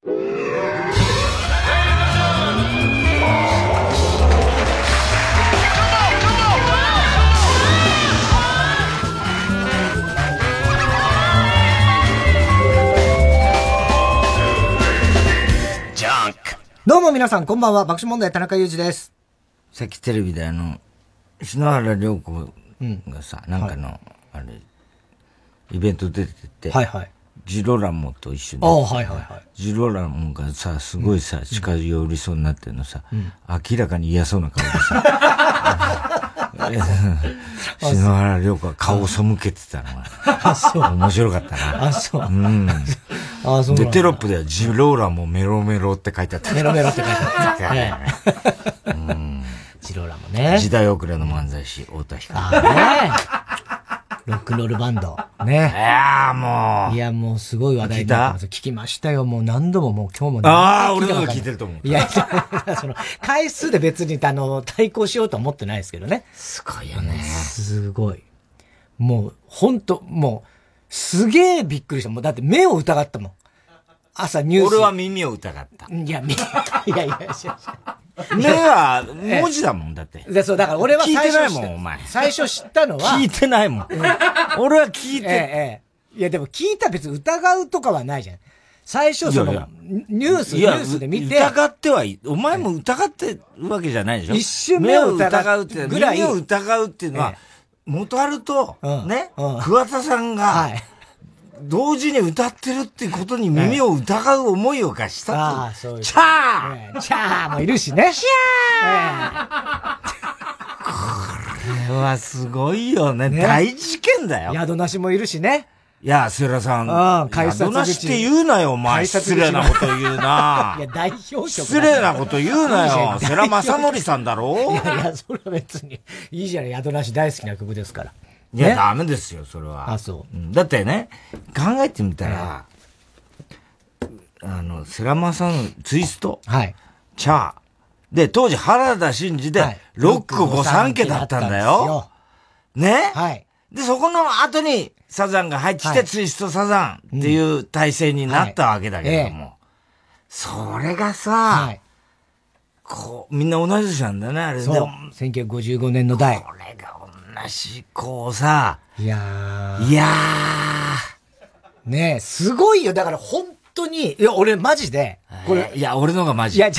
どうも皆さんこんばんは、爆笑問題田中裕二です。 さっきテレビで篠原涼子がさ、なんかの、イベント出てて、 はいはい。 ジロラモと一緒に。 はいはいはい。ジロラモがさ、すごいさ、近寄りそうになってるのさ、明らかに嫌そうな顔でさ、篠原涼子が顔を背けてたのが、そう。面白かったな。 あ、そう。 そう。で、テロップではジロラモメロメロって書いてあった。 メロメロって書いてあった。ジロラモね。 時代遅れの漫才師、太田光。 ロックンロールバンド。ね。いや、もうすごい話題になってます。聞きましたよ。もう何度ももう今日もね。 俺のが聞いてると思う。 いや、回数で別に対抗しようとは思ってないですけどね。 すごいよね。 すごい。もう、ほんと、もう、すげえびっくりした。もうだって目を疑ったもん。朝ニュース。 俺は耳を疑った。 いや、いや、 目は文字だもんだって。 そう、だから俺は聞いてないもん、お前。 最初知ったのは。 聞いてないもん。俺は聞いて。 いや、でも聞いた別に疑うとかはないじゃん。最初ニュースで見て。 疑ってはいい。お前も疑ってるわけじゃないでしょ。 一瞬目を疑うってぐらい。目を疑うっていうのは、元春と、ね、桑田さんが、同時に歌ってるってことに耳を疑う思いを貸したと。 ああ、そういう。 チャーチャーもいるしね。 チャーこれはすごいよね。大事件だよ。 宿なしもいるしね。 いや、セラさん。宿なしって言うなよ、お前。失礼なこと言うな。 いや、代表曲。 失礼なこと言うなよ。世良正則さんだろ。 いや、それは別に。いいじゃない、宿なし大好きな曲ですから。 いや、ダメですよ、それは。 あ、そう。 だってね、考えてみたら、世良正則、ツイスト。 はい。 チャー。で、当時原田真二で、ロック御三家だったんだよ。ね。 はい。 で、そこの後にサザンが入ってきて、ツイストサザンっていう体制になったわけだけども。それがさ、こう、みんな同じ年なんだよね、あれ。 そう。1955年の代。 これが同じ、こうさ。 いやー。ねえ、すごいよ。だから本当に、いや、俺マジで、 これ。いや、俺のがマジ。 いや、違う。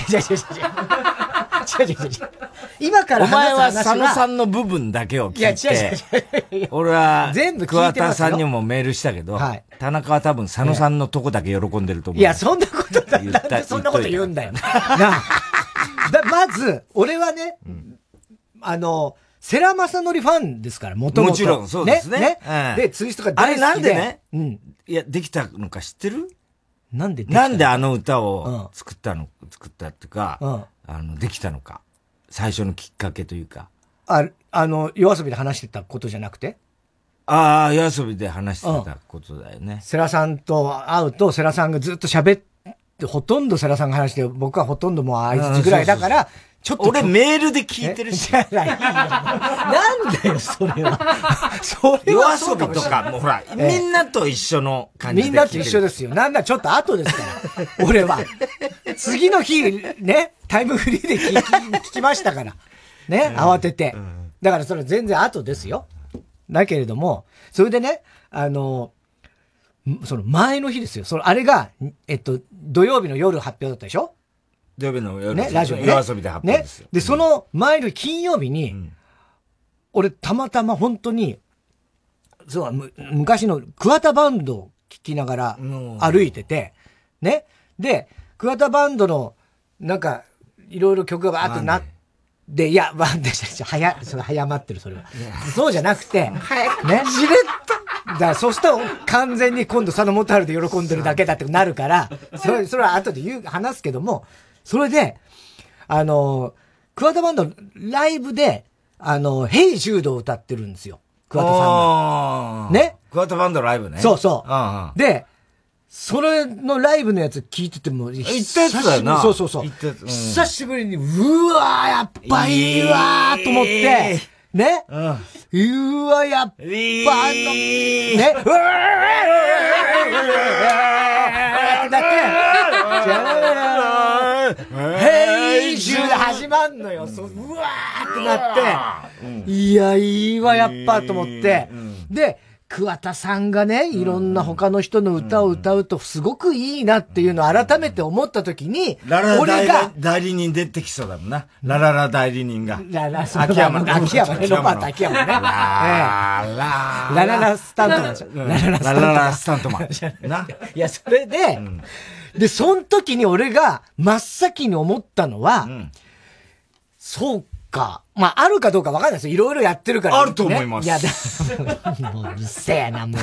今から話す話は。 お前は佐野さんの部分だけを聞いて。いや、違う。俺は、全部桑田さんにもメールしたけど、田中は多分佐野さんのとこだけ喜んでると思う。 いや、そんなことだ。なんでそんなこと言うんだよ。まず、俺はね、世良正則ファンですから、もともと。 もちろん、そうですね。 で、ツイストが大好きで。 あれなんでね、いや、できたのか知ってる？ なんであの歌を作ったっていうか、できたのか。最初のきっかけというか。 夜遊びで話してたことじゃなくて？ 夜遊びで話してたことだよね。 世良さんと会うと、世良さんがずっと喋って、ほとんど世良さんが話して、僕はほとんどもうあいつぐらいだから、ちょっと。 俺メールで聞いてるし。 なんだよ、それは。 夜遊びとか、もうほら、みんなと一緒の感じで。 みんなと一緒ですよ。なんだ、ちょっと後ですから。俺は。次の日、ね、タイムフリーで聞きましたから。ね、慌てて。だからそれ全然後ですよ。だけれども、それでね、その前の日ですよ。あれが、土曜日の夜発表だったでしょ？ 土曜日の夜、 ね、ラジオね。 夜遊びで発表ですよ。 ね。で、その前の金曜日に、俺たまたま本当に、昔の桑田バンドを聴きながら歩いてて、ね。で、桑田バンドの、なんか、いろいろ曲がバーっとなって、いや、早まってる、それは。そうじゃなくて、ね。 じれっだから、そしたら完全に今度佐野元春で喜んでるだけだってなるから、それは後で話すけども、それで、桑田バンドライブで、ヘイジュードを歌ってるんですよ。桑田さんが。ね。 桑田バンドライブね。 そうそう。で、それのライブのやつ聞いてても、 行ったやつだよな。 そう。久しぶりに、うわー、やっぱいいわーと思って、ね。うわ、やっぱね。うわーだって、 ヘイジューで始まんのよ。うわーってなって、いや、いいわ、やっぱ、と思って。で、桑田さんがね、いろんな他の人の歌を歌うとすごくいいなっていうのを改めて思った時に、 俺が代理人出てきそうだもんな。ラララ代理人が。 秋山ね、ロバート秋山ね。ラララスタントマンじゃん。 ラララスタントマン。な。 いや、それで、で、その時に俺が真っ先に思ったのは、そうか。まあ、あるかどうかわかんないですよ。いろいろやってるから、 あると思います。 いや、もううっせえな、も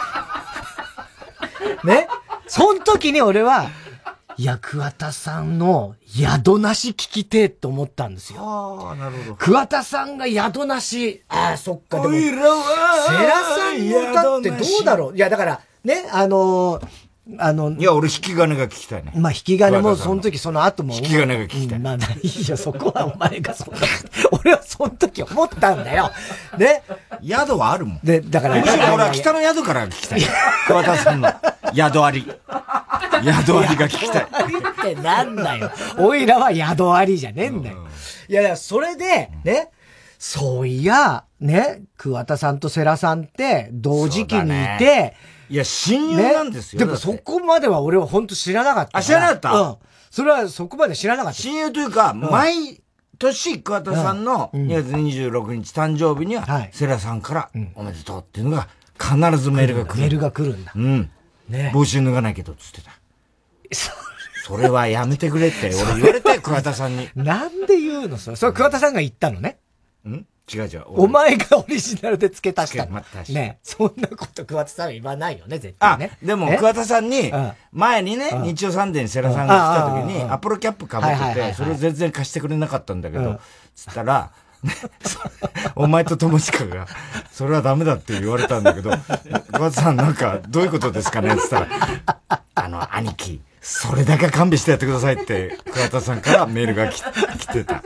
う。ね。その時に俺は、いや、桑田さんの宿なし聞きてえと思ったんですよ。 ああ、なるほど。 桑田さんが宿なし、ああ、そっか、でも、世良さんの歌ってどうだろう。いや、だから、ね、 いや、俺、引き金が聞きたいね。 まあ、引き金も、その時、その後も。 引き金が聞きたい。 まあ、いいよ、そこはお前がそんな、俺はその時思ったんだよ。ね。 宿はあるもん。 で、だから、 俺は北の宿から聞きたい。桑田さんの宿あり。宿ありが聞きたい。 宿ありってなんだよ。おいらは宿ありじゃねえんだよ。いやいや、それで、ね、そういや、ね、桑田さんと世良さんって同時期にいて、 いや、親友なんですよ。 でもそこまでは俺は本当知らなかった。 あ、知らなかった？ うん。それはそこまで知らなかった。 親友というか、毎年桑田さんの2月26日誕生日には、世良さんからおめでとうっていうのが必ずメールが来る。 メールが来るんだ。 うん。ね。帽子脱がないけど、つってた。それはやめてくれって俺言われて、桑田さんに。 なんで言うのそれ桑田さんが言ったのね。 違う。 お前がオリジナルで付け足したの。ね。そんなこと桑田さんは言わないよね、絶対ね。 でも桑田さんに、前にね、日曜サンデーに世良さんが来た時に、アポロキャップ被ってて、それを全然貸してくれなかったんだけど、つったら、お前と友近が、それはダメだって言われたんだけど、桑田さんなんか、どういうことですかねって言ったら、兄貴、それだけは勘弁してやってくださいって、桑田さんからメールが来てた。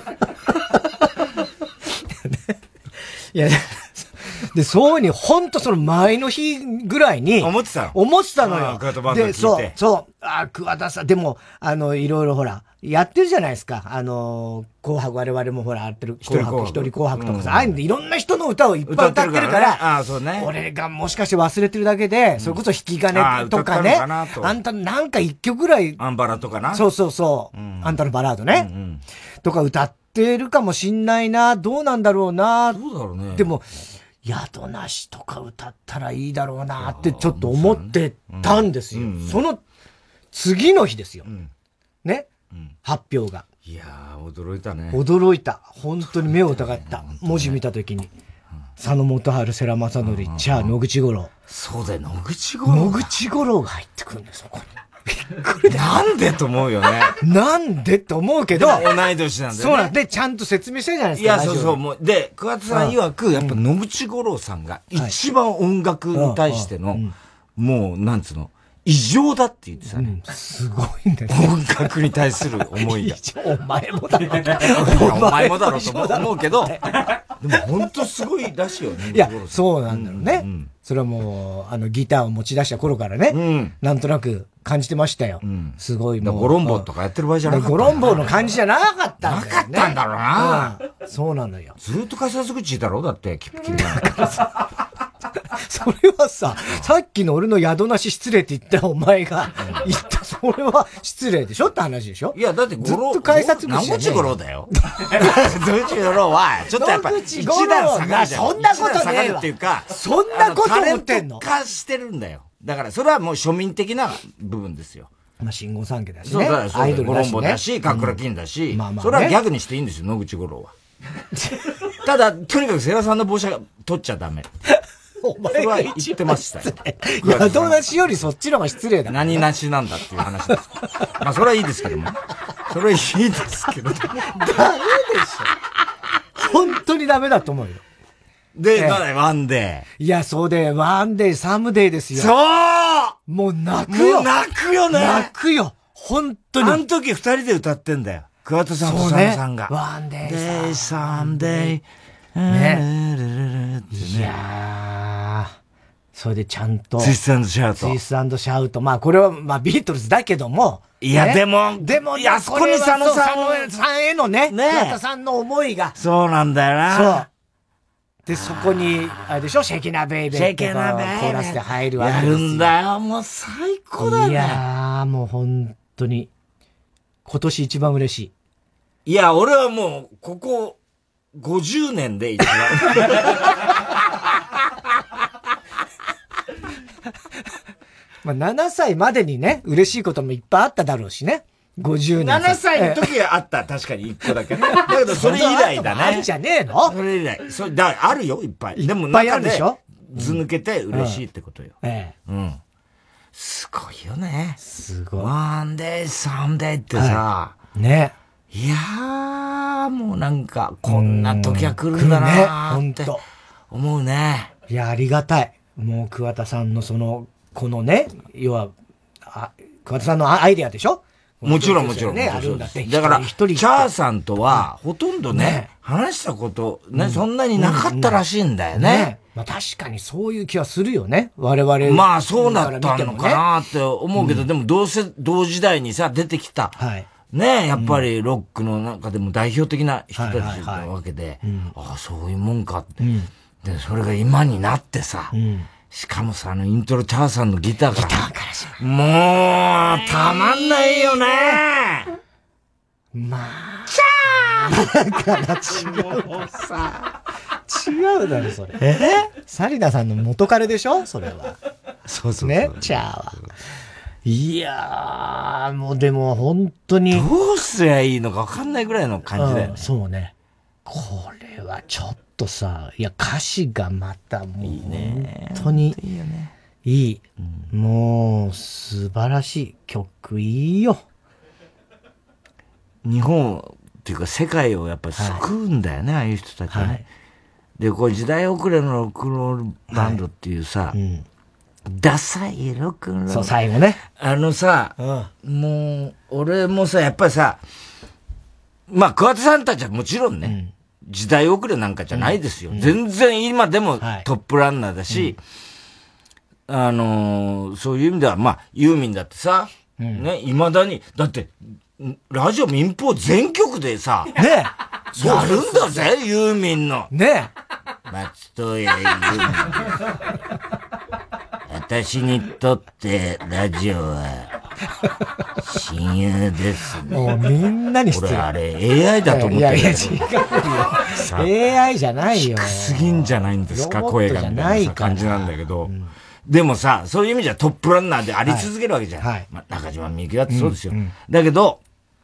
いや、で、そうに、ほんとその前の日ぐらいに、 思ってたのよ。 桑田バンド聞いて。 で、そう。桑田さん、でも、いろいろほら、やってるじゃないですか。紅白、我々もほら、やってる、一人紅白とかさ、ああいうのでいろんな人の歌をいっぱい歌ってるから、 そうね。 俺がもしかして忘れてるだけで、それこそ引き金とかね、あんたなんか一曲ぐらい、 アンバラとかな。 そう。あんたのバラードね。とか歌ってるかもしんないな、どうなんだろうな。 どうだろうね。 でも、宿なしとか歌ったらいいだろうなってちょっと思ってたんですよ。その次の日ですよ。ね。発表が。 いやー、驚いたね。 驚いた。本当に目を疑った。文字見たときに。佐野元春、世良正則、野口五郎。 そうだよ、野口五郎。 野口五郎が入ってくるんですよ、ここに。 びっくりなんでと思うよね。 なんでって思うけど。 同い年なんだよね。 そうなんで、ちゃんと説明してるじゃないですか。 いや、そう。もうで、桑田さん曰く、やっぱ野口五郎さんが一番音楽に対しての、もう、なんつうの、異常だって言ってたね。 すごいんだよ。 音楽に対する思いが。 お前もだろ。 お前もだろと思うけど、でも本当すごいらしいよね。 いや、そうなんだろうね。それはもう、ギターを持ち出した頃からね、なんとなく感じてましたよ。すごいもう。 ゴロンボとかやってる場合じゃなかった。 ゴロンボの感じじゃなかったんだよね。 なかったんだろうな。 そうなのよ。 ずっと改札口だろだって、キップキッそれはさ、さっきの俺の宿なし失礼って言ったお前が言った、それは失礼でしょって話でしょ。 いや、だってずっと改札口野口五郎だよ。野口五郎は、ちょっとやっぱ、一段下がるじゃん。 そんなことねえわ。 下がるっていうか、 そんなこと思ってんの？ タレント化してるんだよ。だから、それはもう庶民的な部分ですよ。 まあ、新語産家だしね。 そうアイドルだしね。 ゴロンボだし、カクラキンだし、それはギャグにしていいんですよ、野口五郎は。ただ、とにかく世良さんの帽子は取っちゃダメ。 お前が言ってましたよ。 宿なしよりそっちの方が失礼だ。 何なしなんだっていう話です。まあ、それはいいですけども。それはいいですけど。ダメでしょ。本当にダメだと思うよ。 で、ワンデー。いや、そうで、ワンデー、サムデーですよ。 そうもう泣くよ。 もう泣くよね。 泣くよ。本当に。 あの時二人で歌ってんだよ。桑田さんと佐野さんが。 ワンデー、サムデー。 ね。いやー。 それでちゃんと。 ツイスト&シャウト。 ツイスト&シャウト。まあこれはまあビートルズだけども。 いや、でも、 いや、そこに佐野さんへのね、桑田さんの思いが。 そうなんだよな。 そう。で、そこに、あれでしょ、シェキナベイベー。 シェキナベイベー。 コーラスで入るわけですよ。やるんだよ。もう最高だよね。 いやー、もう本当に、今年一番嬉しい。いや、俺はもう、ここ、50年で一番。 まあ、7歳までにね、嬉しいこともいっぱいあっただろうしね。50年。 7歳の時はあった。確かに1個だけね。だけど、それ以来だね。 あるじゃねえのそれ以来。あるよ、いっぱい。 でも、いっぱいあるでしょず抜けて嬉しいってことよ。 うん。 すごいよね。 すごい。 ワンデー、サンデーってさ。 ね。 いやー、もうなんか、こんな時は来るんだなーって思うね。 いや、ありがたい。もう桑田さんのこのね、要は、桑田さんのアイデアでしょもちろんもちろん。 ね、あるんだって。 だから、チャーさんとは、ほとんどね、話したこと、ね、そんなになかったらしいんだよね。 まあ確かにそういう気はするよね。我々。 まあそうだったのかなって思うけど、でも同時代にさ、出てきた。ね、やっぱりロックの中でも代表的な人たちなわけで、ああ、そういうもんかって。で、それが今になってさ、しかもさ、イントロチャーさんのギターから。もう、たまんないよね。 まあ。 チャーだから違うさ。違うだろ、それ。サリナさんの元彼でしょそれは。 そうそう。 ね、チャーは。いやー、もうでも本当に。 どうすりゃいいのか分かんないぐらいの感じだよね。 そうね。これはちょっとさ、いや、歌詞がまたもう、本当にいい。もう、素晴らしい曲、いいよ。 日本っていうか世界をやっぱり救うんだよね、ああいう人たちはね。で、こう時代遅れのロックンロールバンドっていうさ、ダサいロックンロール。 そう、最後ね。 さ、もう、俺もさ、やっぱりさ、まあ、桑田さんたちはもちろんね、時代遅れなんかじゃないですよ。全然今でもトップランナーだし、そういう意味では、まあ、ユーミンだってさ、ね、未だに、だって、ラジオ民放全局でさ、 ねやるんだぜ、ユーミンの。 ね松任谷由実。私にとってラジオは親友ですね。 もうみんなに失礼。 俺あれ AI だと思ってるけど。 いや違うよ。AI じゃないよ。 低すぎんじゃないんですか、声がみたいな感じなんだけど。でもさ、そういう意味じゃトップランナーであり続けるわけじゃん。まあ、中島みゆきだってそうですよ。だけど、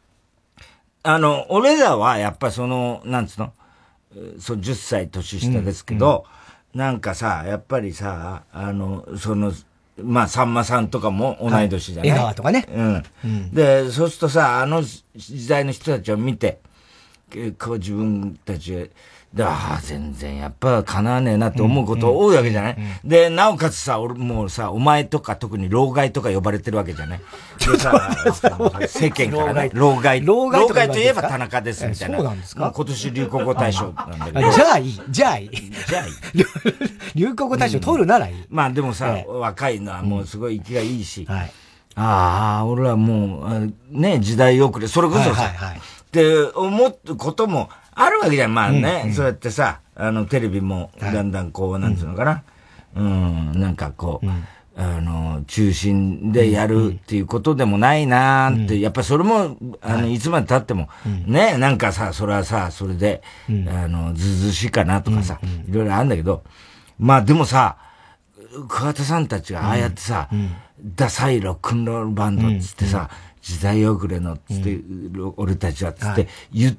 俺らはやっぱりなんつうの、10歳年下ですけど、なんかさ、やっぱりさ、まあ、さんまさんとかも同い年じゃない、 江川とかね。 で、そうするとさ、時代の人たちを見て、こう自分たち全然やっぱ叶わねえなって思うこと多いわけじゃない、で、なおかつさ、俺もうさ、お前とか特に老害とか呼ばれてるわけじゃないでさ、世間からね、老害といえば田中ですみたいな。 そうなんですか？ 今年流行語大賞なんだけど。 じゃあいい。流行語大賞取るならいい。 まあでもさ、若いのはもうすごい息がいいし、俺はもう、ね、時代遅れ、それこそさ、って思うこともあるわけじゃん。まあね、そうやってさ、テレビもだんだんこう、なんつうのかな。なんかこう、中心でやるっていうことでもないなーって、やっぱそれも、いつまで経っても、ね、なんかさ、それはさ、それで、ずずしいかなとかさ、いろいろあるんだけど、まあでもさ、桑田さんたちがああやってさ、ダサいロックンロールバンドっつってさ、時代遅れのっつって、俺たちはっつって言って、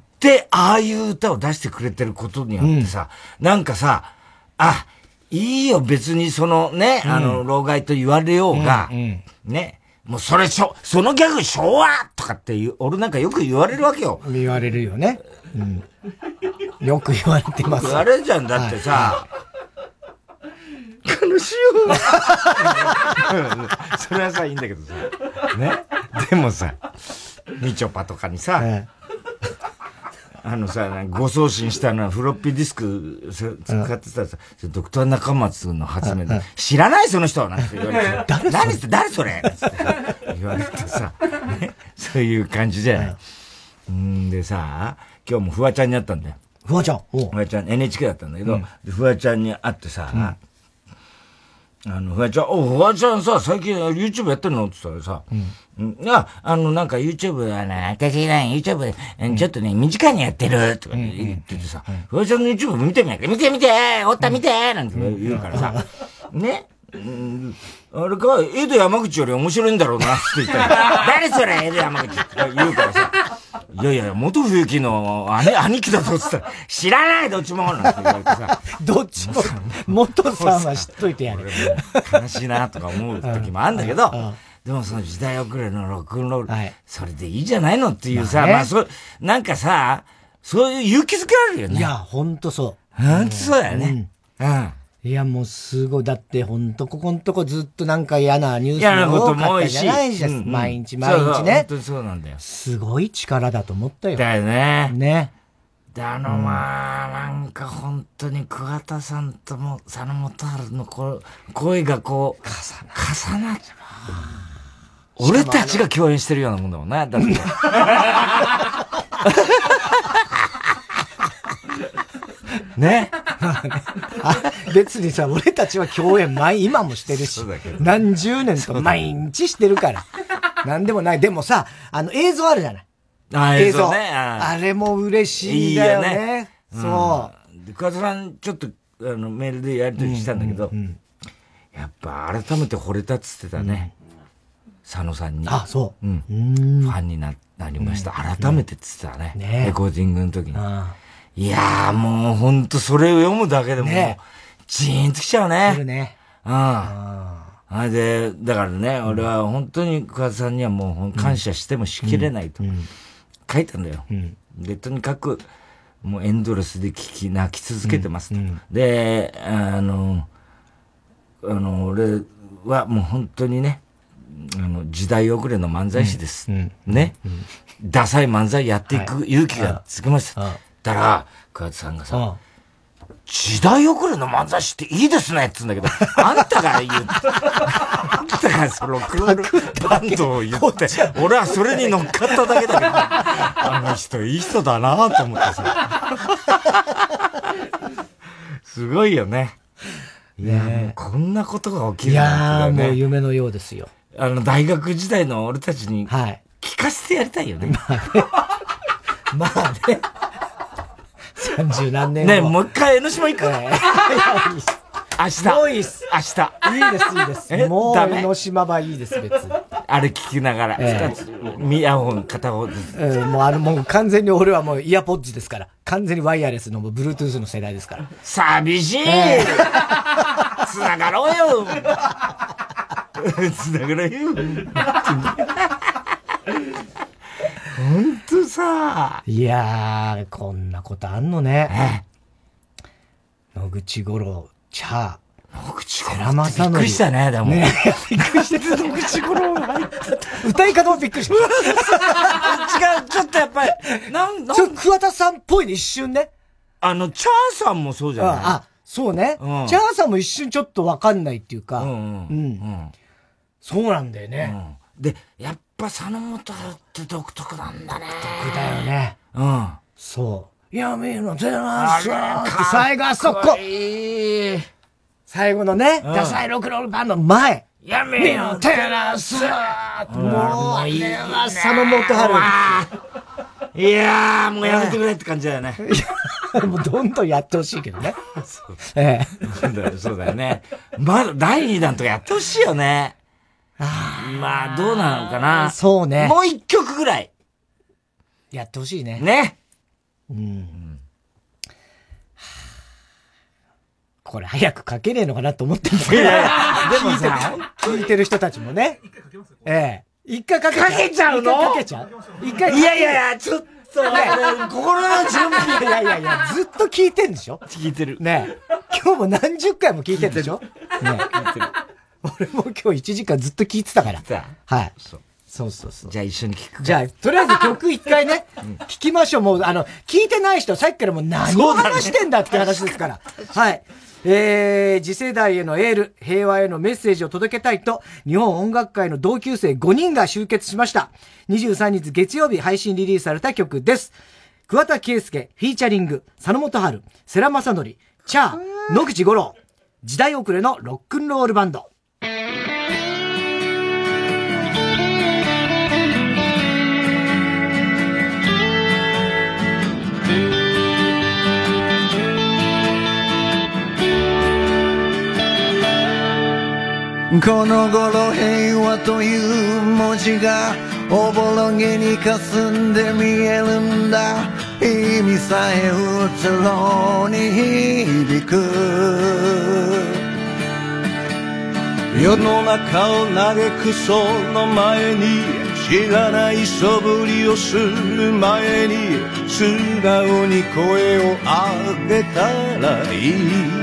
ああいう歌を出してくれてることによってさ、なんかさ、いいよ別にね、老害と言われようが、ね、もうそのギャグ昭和とかって俺なんかよく言われるわけよ。 言われるよね。よく言われてます。 あれじゃん、だってさ、悲しいよ。それはさ、いいんだけどさ。ね。でもさ、みちょぱとかにさ、 誤送信したのはフロッピーディスク使ってたらさ、ドクター中松の発明で、知らないその人なんて言われて、誰それって言われてさ、そういう感じじゃない。でさ、今日もフワちゃんに会ったんだよ。 フワちゃんフワちゃん NHK だったんだけど、フワちゃんに会ってさ、フワちゃん、フワちゃんさ、最近 YouTube やってんのって言ったらさ、いや、なんか YouTube はね、私ね、YouTube ちょっとね、短いのやってるとか言っててさ、フワちゃんの YouTube 見てみないか、見ておった見てなんて言うからさ、ね、あれか、江戸山口より面白いんだろうなって言ったら、誰それ江戸山口って言うからさ、いやいや、元冬木の兄貴だぞって言ったら、知らないどっちもなんて言われてさ、 どっちも、元さんは知っといてやれ。 悲しいなとか思う時もあるんだけど、でもその時代遅れのロックンロール、それでいいじゃないのっていうさ、なんかさ、そういう勇気づけられるよね。 いや、ほんとそう。 ほんとそうだよね。 いや、もうすごい。だって、ほんと、ここんとこずっとなんか嫌なニュースが多かったじゃないですか。毎日ね。 本当にそうなんだよ。 すごい力だと思ったよ。 だよね。 ね。 まあ、なんか本当に桑田さんとも佐野元春の声がこう、重なって、俺たちが共演してるようなもんだもんね。だって。ね。 別にさ、俺たちは共演今もしてるし、何十年と毎日してるから。なんでもない。でもさ、映像あるじゃない。 映像ね。 あれも嬉しいんだよね。そう。 桑田さん、ちょっと、メールでやりとりしたんだけど、やっぱ改めて惚れたっつってたね。佐野さんに。 あ、そう。 ファンになりました。改めてっつってたね。レコーディングの時に。いやーもうほんとそれを読むだけでも、ジーンときちゃうね。 来るね。 で、だからね、俺は本当に桑田さんにはもう感謝してもしきれないと書いたんだよ。で、とにかくもうエンドレスで泣き続けてますと。で、俺はもう本当にね、時代遅れの漫才師です。ね。ダサい漫才やっていく勇気がつきました。だから、桑田さんがさ、時代遅れの漫才師っていいですねって言うんだけど、あんたがそのクロールバンドを言って、俺はそれに乗っかっただけだけど、あの人いい人だなと思ってさ。すごいよね。いや、こんなことが起きるなんてね。いやもう夢のようですよ。 大学時代の俺たちに聞かせてやりたいよね。 まあね。30何年後。 ね、もう一回江ノ島行く。明日。 もういいっす。 明日。 いいです。もう江ノ島はいいです、別に。 あれ聞きながら。二つ、イヤホン片方です。 もう完全に俺はもうイヤポッジですから。完全にワイヤレスの Bluetooth の世代ですから。 寂しい繋がろうよ繋がろうよほんとさ。 いやー、こんなことあんのね。野口五郎、野口五郎。びっくりしたね、でも。びっくりしてた、野口五郎が入った。歌い方もびっくりした。 違う、ちょっとやっぱり、 桑田さんっぽいね、一瞬ね。 チャーさんもそうじゃない？ そうね。チャーさんも一瞬ちょっとわかんないっていうか。そうなんだよね。 で、やっぱ佐野元春って独特なんだね。 独特だよね。そう。闇のテラスって最後あそこ。最後のね、ダサいロックロールバンドの前。闇のテラスもう、あれは佐野元春。 いやー、もうやめてくれって感じだよね。 もうどんどんやってほしいけどね。 そうだよね。まだ第2弾とかやってほしいよね。まあ、どうなのかな。 そうね。 もう一曲ぐらい。 やってほしいね。 ね。 これ早く書けねえのかなと思ってんだけど。でもさ、聞いてる人たちもね。一回書けちゃうの？書けちゃう？一回。 いや、ちょっと、心の準備。 いや、ずっと聞いてんでしょ？ 聞いてる。 ね今日も何十回も聞いてんでしょ？ね聞いてる。俺も今日1時間ずっと聞いてたから。はい。 そうそうそう。 じゃあ一緒に聞く。 じゃあ、とりあえず曲一回ね、聞きましょう。もう、聞いてない人、さっきからもう何を話してんだって話ですから。はい。次世代へのエール、平和へのメッセージを届けたいと、日本音楽界の同級生5人が集結しました。23日月曜日配信リリースされた曲です。桑田佳祐、フィーチャリング、佐野元春、世良正則、チャー、野口五郎、時代遅れのロックンロールバンド。 この頃平和という文字がおぼろげに霞んで見えるんだ。意味さえうつろに響く。世の中を嘆くその前に、知らない素振りをする前に、素直に声を上げたらいい。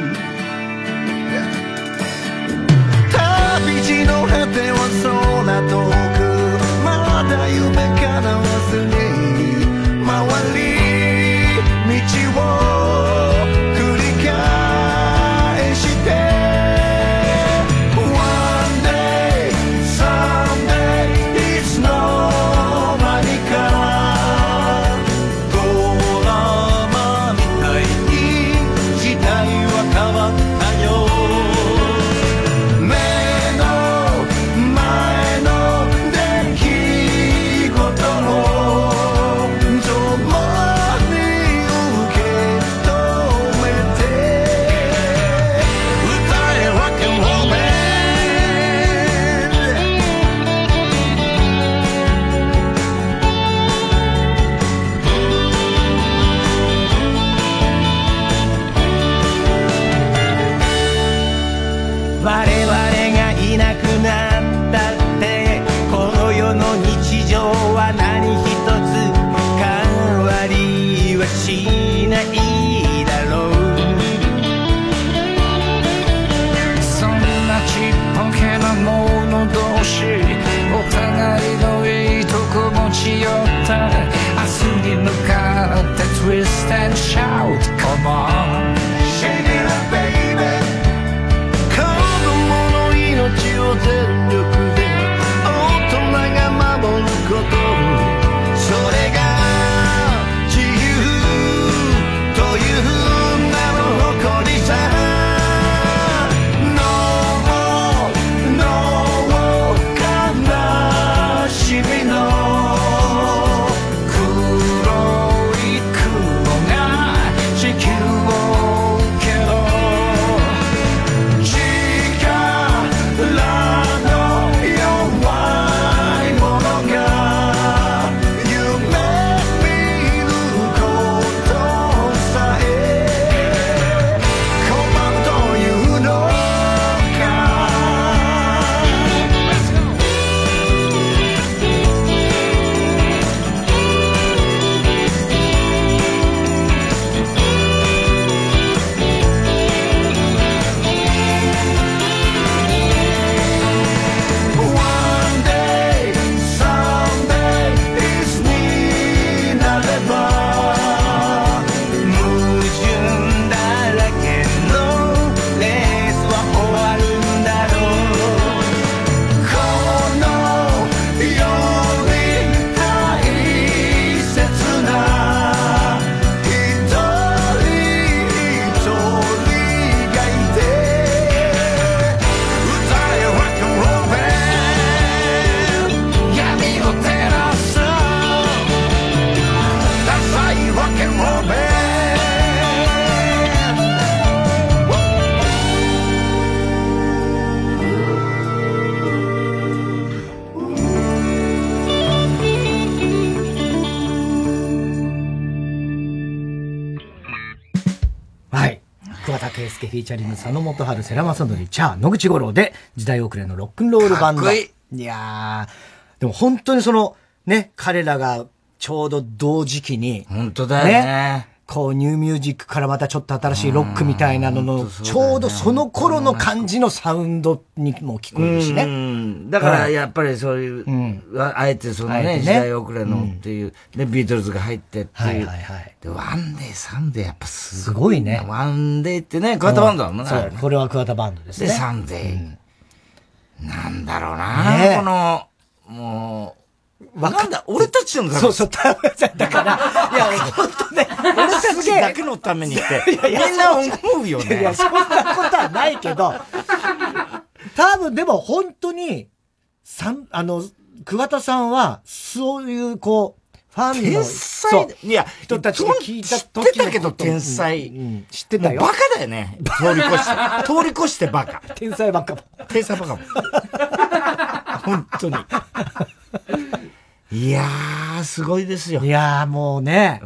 旅路の果ては空遠く、まだ夢叶わずに回り道を繰り返して One day, someday,いつの間にかドラマみたいに時代は変わったよ。お互いのいいとこ持ち寄った明日に向かって Twist and shout Come on Shake it up baby 子供の命を全力で大人が守ることそれが自由という名の誇りさフィーチャリング佐野元春、世良正則、チャー、野口五郎で時代遅れのロックンロールバンド。かっこいい。いやー、でも本当にその、ね、彼らがちょうど同時期に。 本当だよね。 こう、ニューミュージックからまたちょっと新しいロックみたいなのの、ちょうどその頃の感じのサウンドにも聞こえるしね。 だからやっぱりそういう、あえてそのね、時代遅れのっていう、で、ビートルズが入ってっていう。で、ワンデー、サンデーやっぱすごいね。ワンデーってね、桑田バンドだもんね。 そう、これは桑田バンドですね。 で、サンデー。なんだろうな、この、もう、なんだ、俺たちのために。 そうそう、だから、いや、ほんとね、 俺たちだけのためにって、みんな思うよね。 いや、そんなことはないけど、多分でも本当に、桑田さんは、そういう、こう、ファンの、 天才いや、 人たちが聞いた時知ってたけど天才。 知ってたよ。 バカだよね。通り越してバカ。 天才バカも。 天才バカも。本当に。いやー、すごいですよ。 いやー、もうね。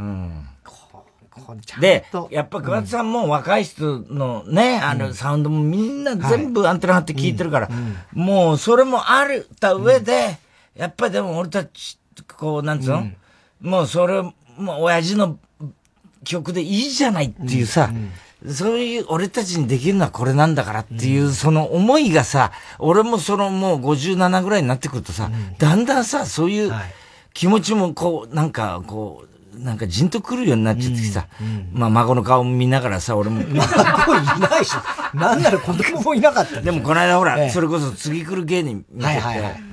で、やっぱ桑田さんも若い人のね、サウンドもみんな全部アンテナ張って聞いてるから、もうそれもあるた上で、やっぱりでも俺たち、こう、なんつうの、もうそれ、もう親父の曲でいいじゃないっていうさ、そういう俺たちにできるのはこれなんだからっていう、その思いがさ、俺もそのもう57ぐらいになってくるとさ、だんだんさ、そういう気持ちもこう、なんかじんとくるようになっちゃってさ、まあ孫の顔見ながらさ、俺も。 孫いないし、なんなら子供もいなかった。 でもこの間ほら、それこそ次来る芸人見てて、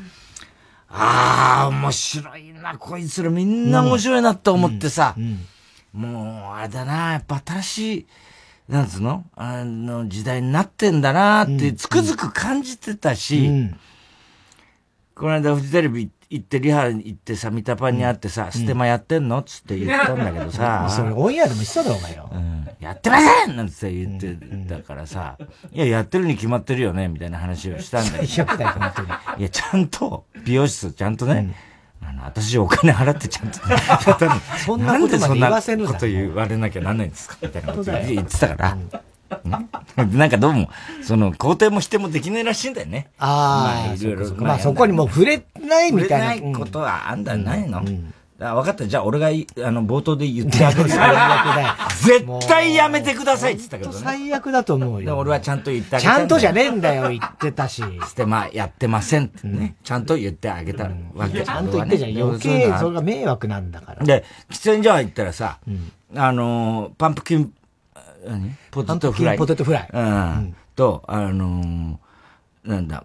ああ、面白いな、こいつらみんな面白いなって思ってさ、もう、あれだな、やっぱ新しい、なんつうの時代になってんだなってつくづく感じてたし、この間フジテレビ行ってリハ行ってさ、三田パンに会ってさ、ステマやってんのつって言ったんだけどさ。 それオンエアでも言ってただろうがよ。 やってませんなんて言ってたからさ、いや、やってるに決まってるよねみたいな話をしたんだけど。 最悪だよ、本当に。 いや、ちゃんと、美容室ちゃんとね、私お金払ってちゃんと、 そんなことまで言わせるな。んでそんなこと言われなきゃなんないんですかみたいなこと言ってたから。なんかどうも、その、肯定も否定もできないらしいんだよね。 まあ、いろいろ。まあ、そこにも触れないみたいな。 触れないことはあんだないの。分かった。じゃあ、俺が、冒頭で言ってあげる。絶対やめてくださいって言ったけどね。 最悪だと思うよ。 俺はちゃんと言ってあげた。 ちゃんとじゃねえんだよ、言ってたし。 ステマやってませんってね。ちゃんと言ってあげたわけ。 ちゃんと言ってじゃん。余計、それが迷惑なんだから。 で、喫煙所入ったらさ、パンプキン、ポテトフライ。 ポテトフライ。 と、なんだ、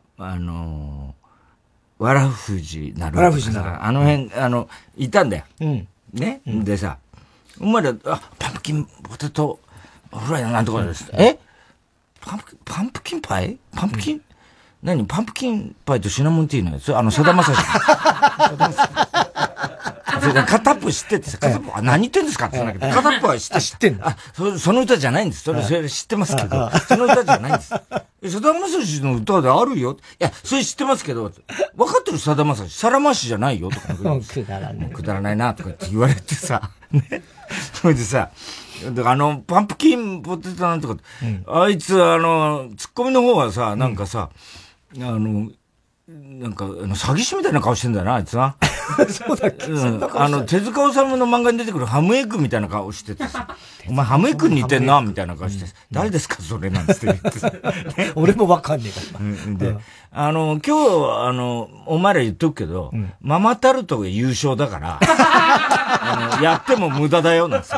わらふじなる。 わらふじなる。 あの辺、いたんだよ。ね。でさ、お前ら、パンプキンポテトフライなんとかです。パンプキンパイパンプキン何パンプキンパイとシナモンティーのやつさだまさし。片っぽ知っててさ、片っぽ、何言ってんですかって言うんだけど、片っぽは知ってんだ。その歌じゃないんです。それ知ってますけど、その歌じゃないんです。さだまさしの歌であるよ。いや、それ知ってますけど、分かってるさだまさし、さらましじゃないよとか。 くだらない。 くだらないなとかって言われてさ、ね。それでさ、パンプキンポテトなんとか、あいつ、ツッコミの方はさ、なんかさ、なんか、詐欺師みたいな顔してんだよな、あいつな。 そうだっけ、 手塚治虫の漫画に出てくるハムエッグみたいな顔しててさ、お前ハムエッグに似てんな、みたいな顔して、誰ですか、それなんつって言ってさ。 俺もわかんねえから。 で、今日、お前ら言っとくけど、ママタルトが優勝だから、やっても無駄だよ、なんつって。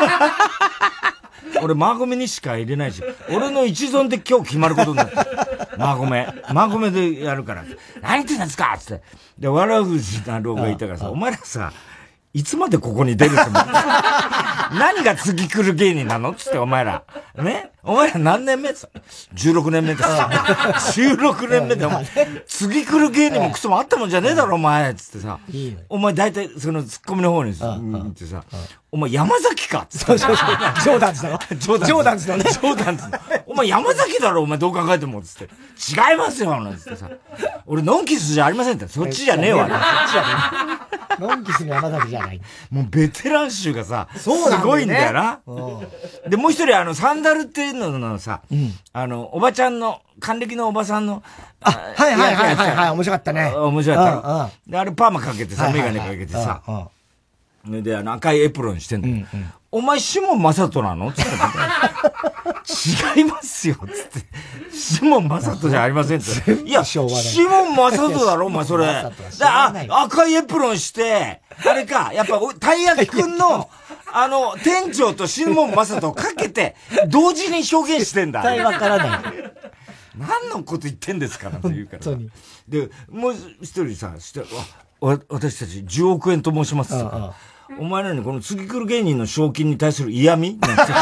俺、マーゴメにしか入れないし、俺の一存で今日決まることになってる。マーゴメでやるから。何言ってんですかつって。で、わらふじなろうがいたからさ、お前らさ、いつまでここに出るつもり何が次来る芸人なのつって、お前ら。ねお前ら何年目つって。16年目です。16年目で、次来る芸人もクソもあったもんじゃねえだろ、お前つってさ。お前大体、そのツッコミの方に行ってさ、お前山崎かつって。 そう。ジョーダンズだろジョーダンズのね。 ジョーダンズの。お前山崎だろお前どう考えてもつって。違いますよなんつってさ。俺ノンキスじゃありませんって。そっちじゃねえわ。そっちじゃねえ。ノンキスの山崎じゃない。 もうベテラン集がさ、すごいんだよな。で、もう一人サンダルっていうののさ、おばちゃんの、還暦のおばさんの、 はい、面白かったね。 面白かった。で、あれパーマかけてさ、メガネかけてさ、で、赤いエプロンしてんだよ。 お前、シモンマサトなのつって違いますよ、つって。シモンマサトじゃありませんって。いや、シモンマサトだろ、お前、それ。赤いエプロンして、あれか、やっぱ、たい焼きくんの、店長とシモンマサトをかけて、同時に表現してんだ。 絶対わからない。 何のこと言ってんですかなんて言うから。本当に。で、もう一人さ、私たち10億円と申します。お前らにこの次来る芸人の賞金に対する嫌味なんて。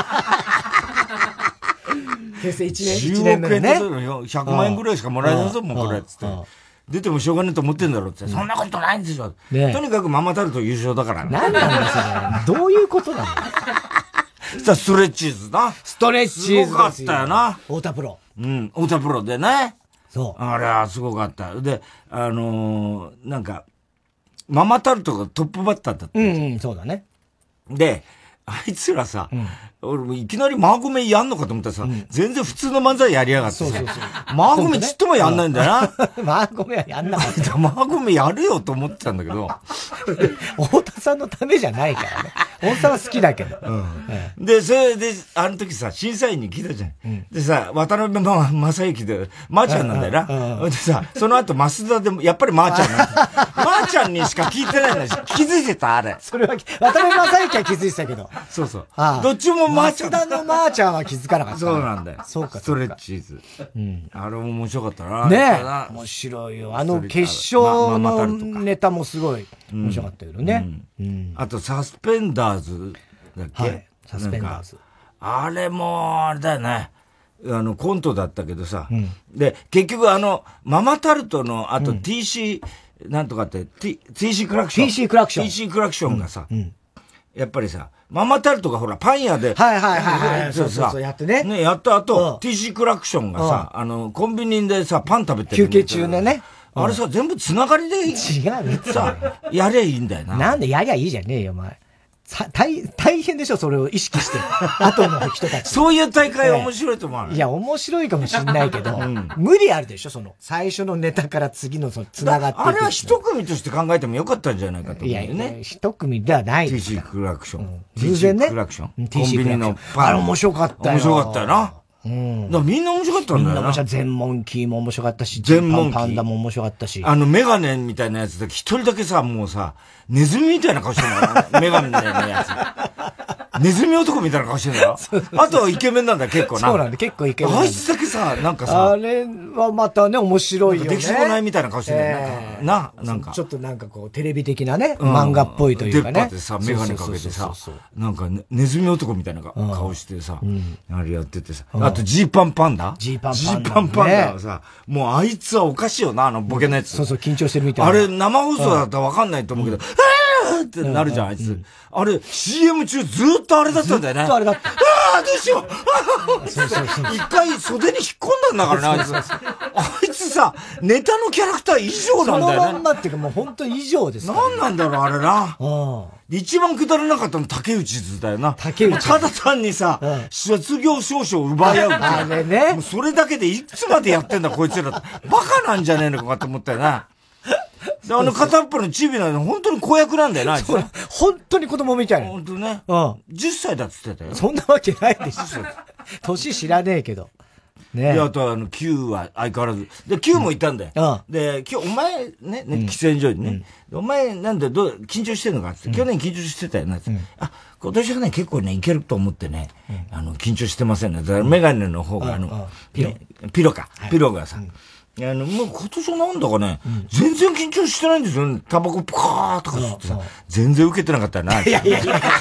平成1年目ね。 100万円ぐらいしかもらえないぞ、もうこれ、つって。出てもしょうがねえと思ってんだろって。そんなことないんですよ。とにかくママタルト優勝だから。 何なんですよ。どういうことなのさあ、ストレッチーズな。 ストレッチーズ。 すごかったよな。 太田プロ。 うん、太田プロでね。 そう。 あれはすごかった。で、なんか、ママタルトがトップバッターだった。 うん、そうだね。 で、あいつらさ、俺もいきなりマーゴメやんのかと思ったらさ、全然普通の漫才やりやがってさ、マーゴメちっともやんないんだよな。 マーゴメはやんなかった。 マーゴメやるよと思ってたんだけど。 太田さんのためじゃないからね。太田さんは好きだけど。 で、それで、あの時さ、審査員に聞いたじゃん。でさ、渡辺正行で、まーちゃんなんだよな。でさ、その後、増田でも、やっぱりまーちゃんなんだ。まーちゃんにしか聞いてないんだし、気づいてたあれ。 それは、渡辺正行は気づいてたけど。 そうそう。どっちもまーちゃん。 増田のまーちゃんは気づかなかった。 そうなんだよ。 そうか。 ストレッチーズ。あれも面白かったな。 ねえ。面白いよ。決勝のネタもすごい面白かったけどね。 あと、サスペンダーズだっけ？ サスペンダーズ。 あれも、あれだよね。コントだったけどさ。で、結局ママタルトの、あと TC、なんとかって、TC クラクション。 TC クラクション。 TC クラクションがさ、やっぱりさ、ママタルトがほら、パン屋で。 そう、やってね。 ね、やった後、TC クラクションがさ、コンビニでさ、パン食べてる。休憩中のね。 あれさ、全部つながりで違う。 さ、やりゃいいんだよな。 なんでやりゃいいじゃねえよ、お前。大変でしょ、それを意識して。後の人たち。 そういう大会面白いと思う。 いや、面白いかもしんないけど、無理あるでしょ、最初のネタから次の繋がっていく。 あれは一組として考えてもよかったんじゃないかと思うよね。 いや、一組ではないです。 TC クラクション。 偶然ね。 TC クラクション。 コンビニのパン。あれ面白かったよ。 面白かったよな。だからみんな面白かったんだよな。みんな面白かった。 全モンキーも面白かったし、パンダも面白かったし。 メガネみたいなやつで一人だけさ、もうさ、ネズミみたいな顔してるんだよ。メガネみたいなやつ。ネズミ男みたいな顔してるんだよ。あとはイケメンなんだよ、結構な。 そうなんだ、結構イケメン。 あいつだけさ、なんかさ。 あれはまたね、面白いよね。 出来損ないみたいな顔してるんだよ。なんか。 ちょっとなんかこう、テレビ的なね、漫画っぽいというかね。 出っ歯でさ、メガネかけてさ、なんかネズミ男みたいな顔してさ、あれやっててさ。あとジーパンパンダジーパンパンダはさ、もうあいつはおかしいよな、ボケのやつ。 そう、緊張してるみたいな。 あれ、生放送だったらわかんないと思うけど、ってなるじゃん、あいつ。あれ、CM 中ずーっとあれだったんだよね。 ずっとあれだった。 どうしよう一回袖に引っ込んだんだからね、あいつ。あいつさ、ネタのキャラクター以上なんだよね。 そのまんまっていうかもう本当以上です。 なんなんだろう、あれな。一番くだらなかったの竹内図だよな。 竹内。 ただ単にさ、卒業証書を奪い合うって。 あれね。 もうそれだけでいつまでやってんだ、こいつら。バカなんじゃねえのかと思ったよな。片っぽのチビなの本当に子役なんだよな、あいつ。 本当に子供みたいな。 本当ね。10歳だっつってたよ。 そんなわけないでしょ。年知らねえけど。ねで、あとQ は相変わらず。で、Q もいたんだよ。で、今日お前ね、喫煙所にね。お前なんで緊張してんのかって。去年緊張してたよなって。あ、今年はね、結構ね、いけると思ってね、緊張してませんね。だからメガネの方がピロがさ、もう今年はなんだかね、全然緊張してないんですよ。タバコポカーとか吸ってさ、全然受けてなかったよな。 いや。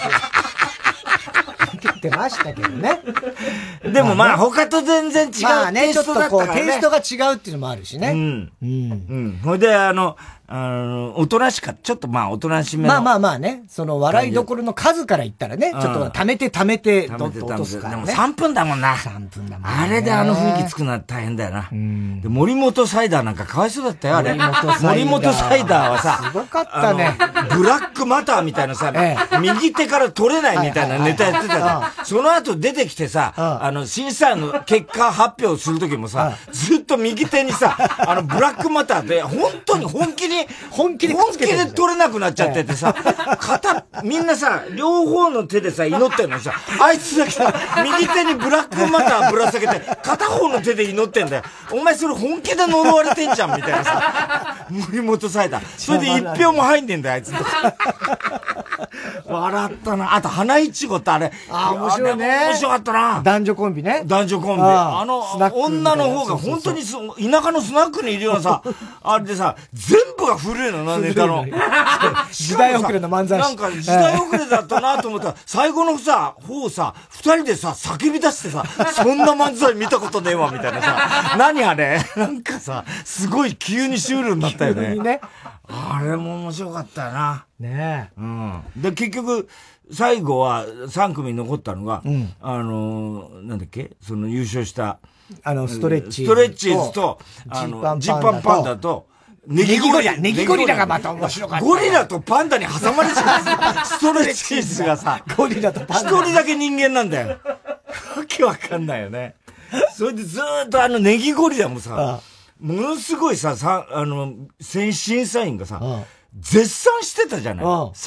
受けてましたけどね。 でもまあ他と全然違う。 まあね、ちょっとこう、テイストが違うっていうのもあるしね。 ほいで、おとなしか、ちょっとまあおとなしめの。 まあね、その笑いどころの数から言ったらね、ちょっと溜めて、どっと落とすからね。 でも3分だもんな。 3分だもんね。 あれで雰囲気つくのは大変だよな。で、森本サイダーなんかかわいそうだったよ、あれ。森本サイダーはさ、 すごかったね。 ブラックマターみたいなさ、右手から取れないみたいなネタやってたじゃん。その後出てきてさ、審査員の結果発表するときもさ、ずっと右手にさ、ブラックマターで、本当に本気で本気で取れなくなっちゃっててさ、みんなさ、両方の手でさ、祈ってんのにさ、あいつだけさ、右手にブラックマターぶら下げて、片方の手で祈ってんだよ。お前それ本気で呪われてんじゃん、みたいなさ。森本サイダー。それで一票も入んねえんだよ、あいつのとこ。笑ったな。あと、花いちごってあれ。 面白いね。 面白かったな。 男女コンビね。 男女コンビ。女の方が本当に田舎のスナックにいるようなさ、あれでさ、全部が古いのな、ネタの。 時代遅れの漫才師。 なんか時代遅れだったなと思ったら、最後のさ、方さ、二人でさ、叫び出してさ、そんな漫才見たことねえわ、みたいなさ。何あれなんかさ、すごい急にシュールになったよね。急にね。あれも面白かったよな。 ねえ。 うん。で、結局、最後は3組に残ったのが、なんだっけその優勝した、 ストレッチーズと、ジーパンパンダと、 ネギゴリラがまた面白かった。 ゴリラとパンダに挟まれちゃう。ストレッチーズがさ、 ゴリラとパンダ。 一人だけ人間なんだよ。わけわかんないよね。それでずーっとネギゴリラもさ、ものすごいさ、審査員がさ、絶賛してたじゃない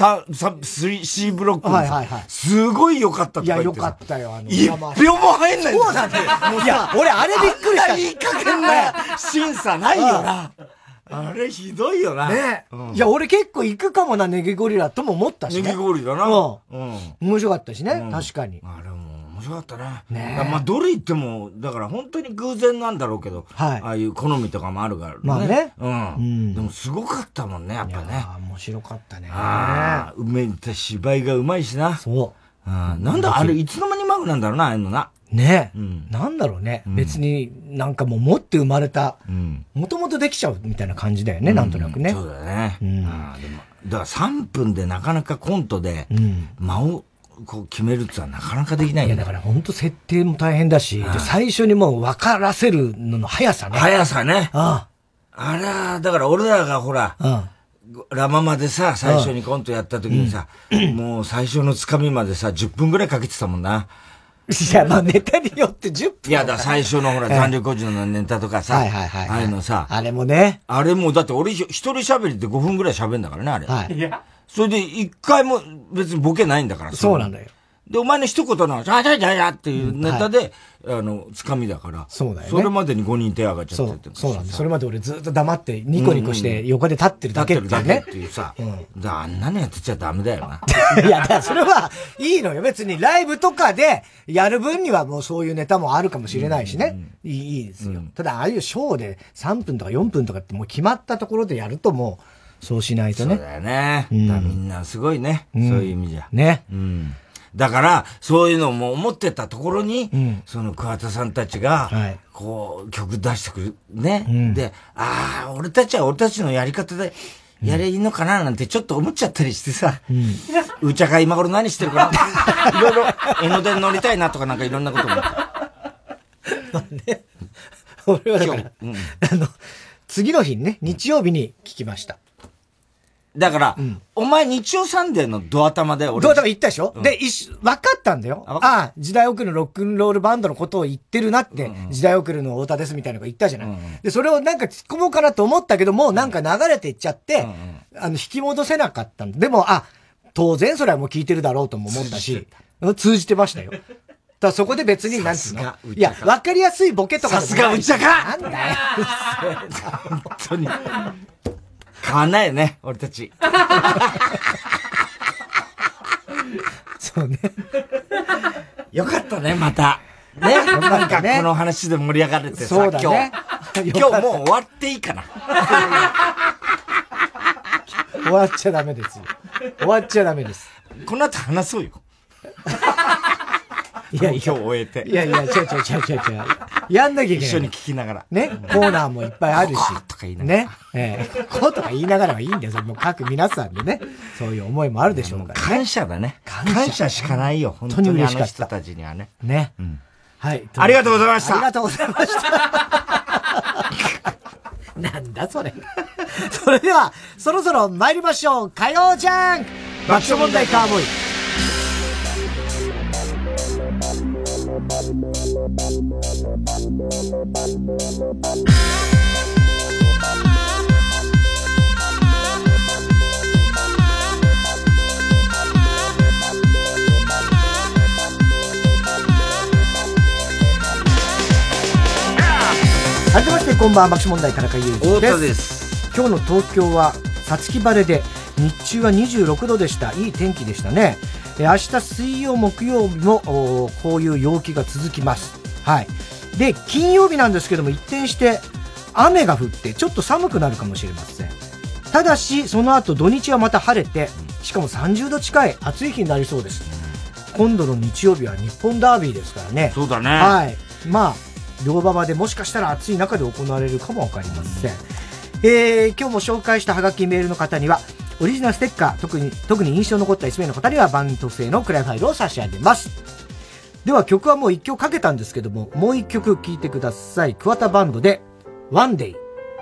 。C ブロックのさ、すごい良かったとか言ってさ。 いや、良かったよ、 一票も入んないんだよ。 そうなんだよ。いや、俺あれびっくりした。 いい加減な審査ないよな。あれひどいよな。 ねいや、俺結構行くかもな、ネギゴリラとも思ったしね。 ネギゴリラな。 面白かったしね、確かに。 あれも面白かったね。まあ、どれ言っても、だから本当に偶然なんだろうけど、ああいう好みとかもあるからね。 まあね。 でもすごかったもんね、やっぱね。 面白かったね。 芝居がうまいしな。 そう。 なんだ、あれいつの間にうまくなんだろうな、ああいうのな。 ねなんだろうね。別になんかもう持って生まれた、もともとできちゃうみたいな感じだよね、なんとなくね。 そうだね。だから3分でなかなかコントで、間をこう決めるってのはなかなかできないよね。 いや、だから本当設定も大変だし、最初にもう分からせるのの速さね。 速さね。あら、だから俺らがほら、ラママでさ、最初にコントやった時にさ、もう最初のつかみまでさ、10分くらいかけてたもんな。 いや、まあネタによって10分。 いや、だ最初のほら、残留孤児のネタとかさ、ああいうのさ。 あれもね。 あれも、だって俺一人喋りって5分くらい喋んだからね、あれ。いや。それで一回も別にボケないんだから。 そうなんだよ。 で、お前の一言の、じゃっていうネタで、つかみだから。 そうだよね。 それまでに5人手上がっちゃってそうなんだ。それまで俺ずっと黙って、ニコニコして横で立ってるだけっていうね。 立ってるだけっていうさ。あんなのやってちゃダメだよな。 いや、だからそれはいいのよ。別にライブとかでやる分にはもうそういうネタもあるかもしれないしね。いいですよ。ただ、ああいうショーで3分とか4分とかってもう決まったところでやるともう、そうしないとね。 そうだよね。みんなすごいね。そういう意味じゃ。 ね。 だから、そういうのも思ってたところに、その桑田さんたちが、こう、曲出してくる。ね。で、俺たちは俺たちのやり方で、やればいいのかななんてちょっと思っちゃったりしてさ、うちゃか今頃何してるかな。いろいろ、江ノ電乗りたいなとかなんかいろんなこと思って。 まあね。俺はだから、次の日にね、日曜日に聞きました。 だから、お前日曜サンデーのドア玉でドア玉行ったでしょ、で、分かったんだよ。時代遅れのロックンロールバンドのことを言ってるなって、時代遅れの太田ですみたいなのが言ったじゃない。で、それをなんか突っ込もうかなと思ったけども、なんか流れていっちゃって、引き戻せなかったんだ。でも、当然それはもう聞いてるだろうとも思ったし、通じてましたよ。だそこで別になんていうのいや、わかりやすいボケとか。 さすがうちゃかなんだよ。 本当に。変わんないよね、俺たち。 そうね。 よかったね、また。ね。なんかこの話で盛り上がれてさ、 そうだね、 今日もう終わっていいかな。 終わっちゃダメですよ。終わっちゃダメです。 この後話そうよ。 いや、 今日終えて。 いや、違う。やんなきゃいけない。 一緒に聞きながら。 ね。コーナーもいっぱいあるし。 こうとか言いながら。 ね。こうとか言いながらはいいんだよ。もう各皆さんでね。そういう思いもあるでしょうからね。 感謝だね。感謝しかないよ。本当に嬉しかった。人たちにはね。 ね。はい。 ありがとうございました。 ありがとうございました。なんだそれ。それでは、そろそろ参りましょう。火曜ジャンク爆笑問題カーボーイ。 こんばんは、爆笑問題田中裕二です。 太田です。 今日の東京はさつき晴れで、日中は26度でした。いい天気でしたね。明日水曜木曜日もこういう陽気が続きます。はい。で、金曜日なんですけども、一転して雨が降ってちょっと寒くなるかもしれません。ただしその後土日はまた晴れて、しかも30度近い暑い日になりそうです。今度の日曜日は日本ダービーですからね。 そうだね。 はい。まあ両馬場でもしかしたら暑い中で行われるかもわかりません。今日も紹介したハガキメールの方にはオリジナルステッカー、特に印象に残った1名の方には番組特製のクライファイルを差し上げます。では曲はもう1曲かけたんですけども、もう1曲聴いてください。桑田バンドで One Day。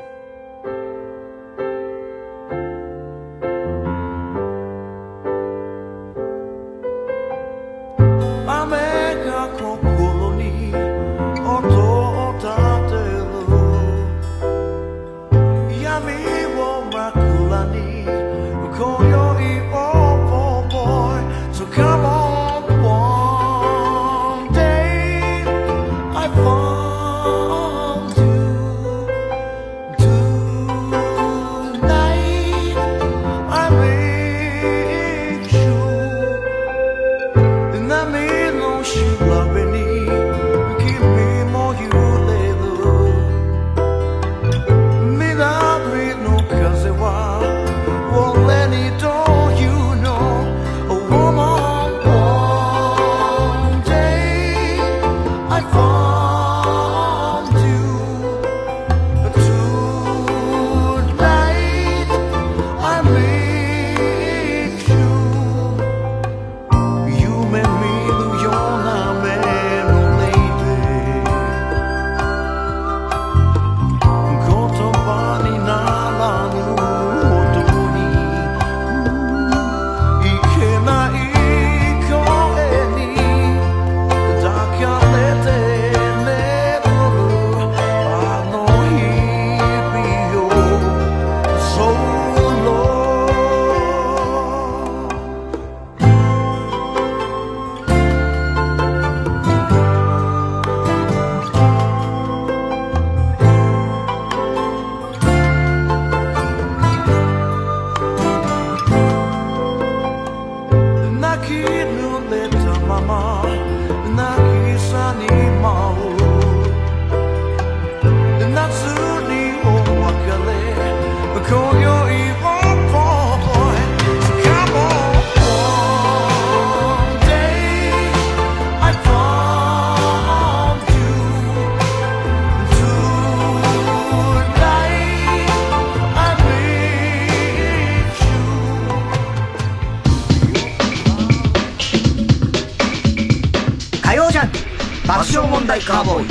爆笑問題カーボーイ。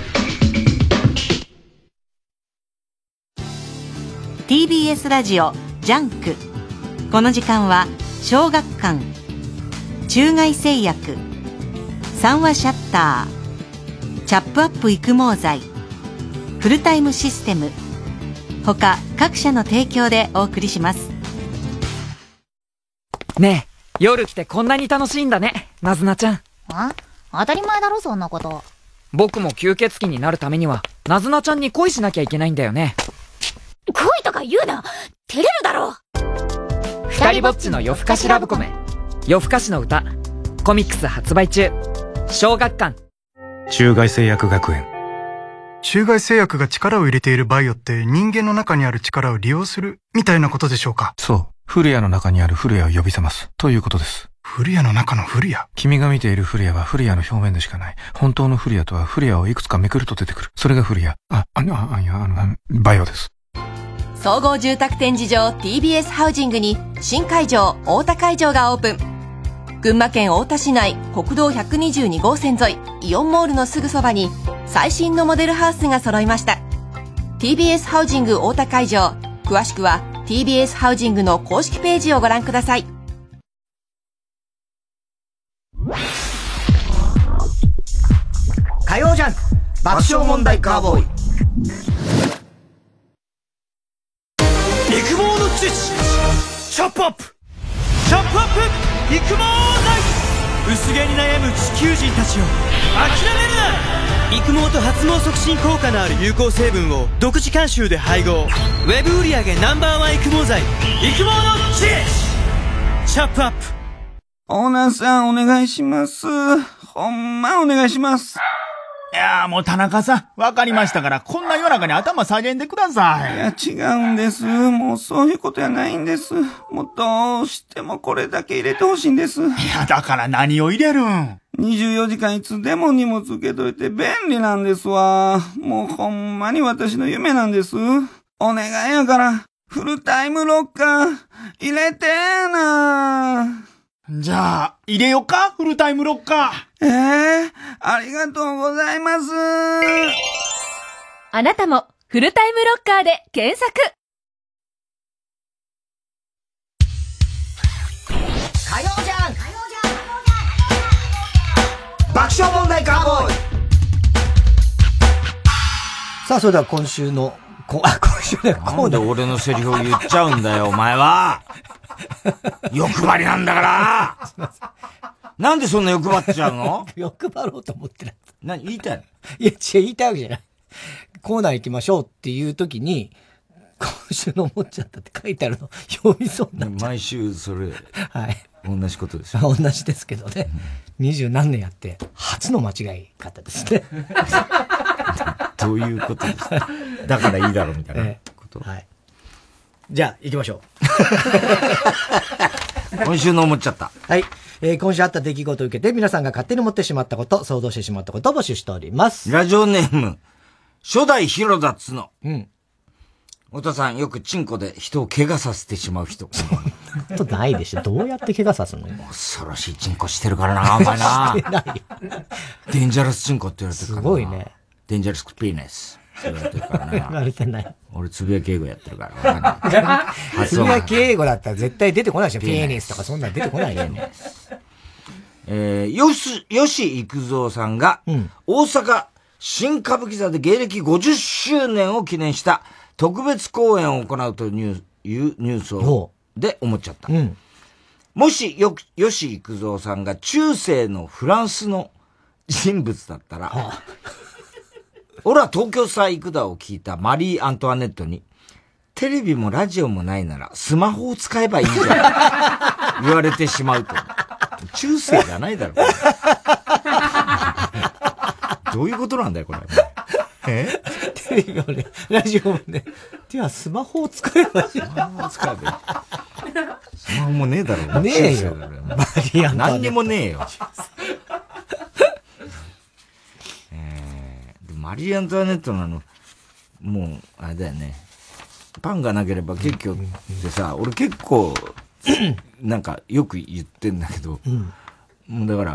TBS ラジオジャンク。この時間は小学館、中外製薬、三話シャッター、チャップアップ育毛剤、フルタイムシステム他各社の提供でお送りします。 ねえ、夜来てこんなに楽しいんだね、なずなちゃん。 当たり前だろ、そんなこと。 僕も吸血鬼になるためにはなずなちゃんに恋しなきゃいけないんだよね。 恋とか言うな、照れるだろ。 二人ぼっちの夜更かしラブコメ、夜更かしの歌、コミックス発売中。小学館。 中外製薬学園。 中外製薬が力を入れているバイオって人間の中にある力を利用するみたいなことでしょうか。 そう。古谷の中にある古谷を呼び覚ますということです。 古谷の中の古谷。 君が見ている古谷は古谷の表面でしかない。本当の古谷とは古谷をいくつかめくると出てくる。それが古谷。バイオです。 総合住宅展示場 TBS ハウジングに新会場太田会場がオープン。群馬県太田市内国道122号線沿いイオンモールのすぐそばに最新のモデルハウスが揃いました。 TBS ハウジング太田会場、詳しくは TBS ハウジングの公式ページをご覧ください。 火曜ジャンク爆笑問題カーボーイ。 育毛の知識チャップアップ、チャップアップ育毛剤。 薄毛に悩む地球人たちよ、諦めるな。育毛と発毛促進効果のある有効成分を独自監修で配合。ウェブ売上 No.1 育毛剤、育毛の知恵。チャップアップ。 オーナーさんお願いします。ほんまお願いします。 いやーもう田中さん、わかりましたから、こんな夜中に頭下げんでください。 いや違うんです。もうそういうことやないんです。もうどうしてもこれだけ入れてほしいんです。いやだから何を入れるん ？24時間いつでも荷物受けといて便利なんですわ。もうほんまに私の夢なんです。お願いやから、フルタイムロッカー入れてーな。 じゃあ、入れよかフルタイムロッカー。ありがとうございます。 あなたもフルタイムロッカーで検索。 火曜じゃん爆笑問題カーボーイ。さあ、それでは今週の、今週ね、 なんで俺のセリフを言っちゃうんだよ、お前は。欲張りなんだからなんでそんな欲張っちゃうの？ 欲張ろうと思ってない。 何言いたいの？ いや、言いたいわけじゃない。コーナー行きましょうっていう時に、今週の思っちゃったって書いてあるの、読みそうになっちゃう。 毎週それ、 はい。 同じことですよ。 同じですけどね。20何年やって、初の間違い方ですね。 どういうことですか？だからいいだろうみたいなこと。 はい。じゃあ、行きましょう。今週の思っちゃった。 はい。今週あった出来事を受けて皆さんが勝手に持ってしまったこと、想像してしまったことを募集しております。 ラジオネーム、初代広田つの。 うん。 太田さん、よくチンコで人を怪我させてしまう人。 そんなことないでしょ。どうやって怪我さすのよ。 恐ろしいチンコしてるからな、お前な。 してないよ。 デンジャラスチンコって言われてるからな。 すごいね。 デンジャラスピーネス。言われてるからな。 言われてない。 俺、つぶやき英語やってるから。わかんない。 つぶやき英語だったら絶対出てこないでしょ。ピーネスとかそんなの出てこないよ。 吉幾三さんが、大阪新歌舞伎座で芸歴50周年を記念した特別公演を行うというニュースを、で思っちゃった。もし、吉幾三さんが中世のフランスの人物だったら、俺は東京さ行くだを聞いたマリー・アントワネットに、テレビもラジオもないならスマホを使えばいいじゃん。言われてしまうと。中世じゃないだろ。どういうことなんだよ、これ。 テレビもね、ラジオもね。では、スマホを使えばいいじゃん。 スマホを使えばいい。スマホもねえだろ。 ねえよ。 マリー・アントワネット。何にもねえよ。マリー・アントワネットのもう、あれだよね。パンがなければ結局ってさ、俺結構、なんかよく言ってんだけど、もうだから、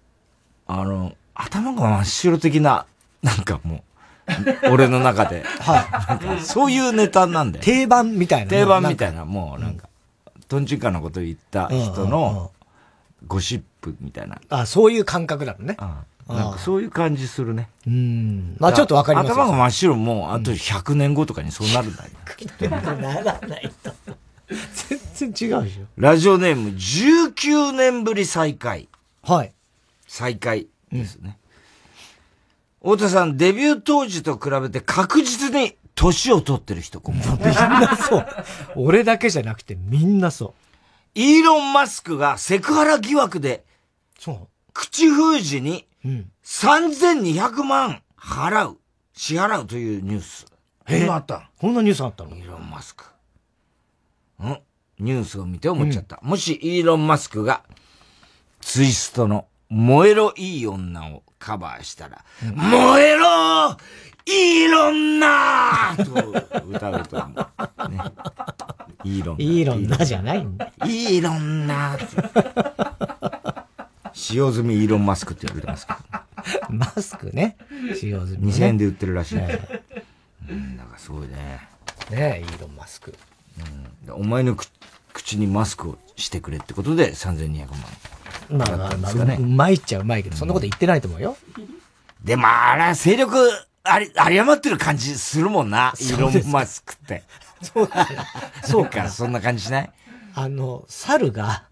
頭が真っ白的な、なんかもう、俺の中で。はい。そういうネタなんだよ。 定番みたいな。 定番みたいな、もうなんか、トンチンカンなこと言った人の、ゴシップみたいな。 あ、そういう感覚なのね。 なんかそういう感じするね。 まあちょっとわかります。 頭が真っ白も、あと100年後とかにそうなるんだよ。 ならないと。全然違うでしょ。 ラジオネーム、19年ぶり再会。 はい。 再会ですね。太田さん、デビュー当時と比べて確実に年を取ってる人、 みんなそう。俺だけじゃなくてみんなそう。 イーロン・マスクがセクハラ疑惑で、口封じに3200万支払うというニュース。 今あった。こんなニュースあったの？ イーロン・マスク。ニュースを見て思っちゃった。もしイーロン・マスクがツイストの燃えろいい女をカバーしたら、燃えろイーロンナーと歌うと思う。ね、イーロンナーじゃないんだ。 イーロンナー使用済みイーロンマスクって言われてますけど。マスクね。使用済み、ね。 2000円で売ってるらしい。なんかすごいね。 ねえ、イーロンマスク。 お前の口にマスクをしてくれってことで3200万。 まあまあまあ、うまいっちゃうまいけど、そんなこと言ってないと思うよ。 でもあれ、勢力有り余ってる感じするもんな、イーロンマスクって。 そうだね。 そうか、そんな感じしない？ 猿が、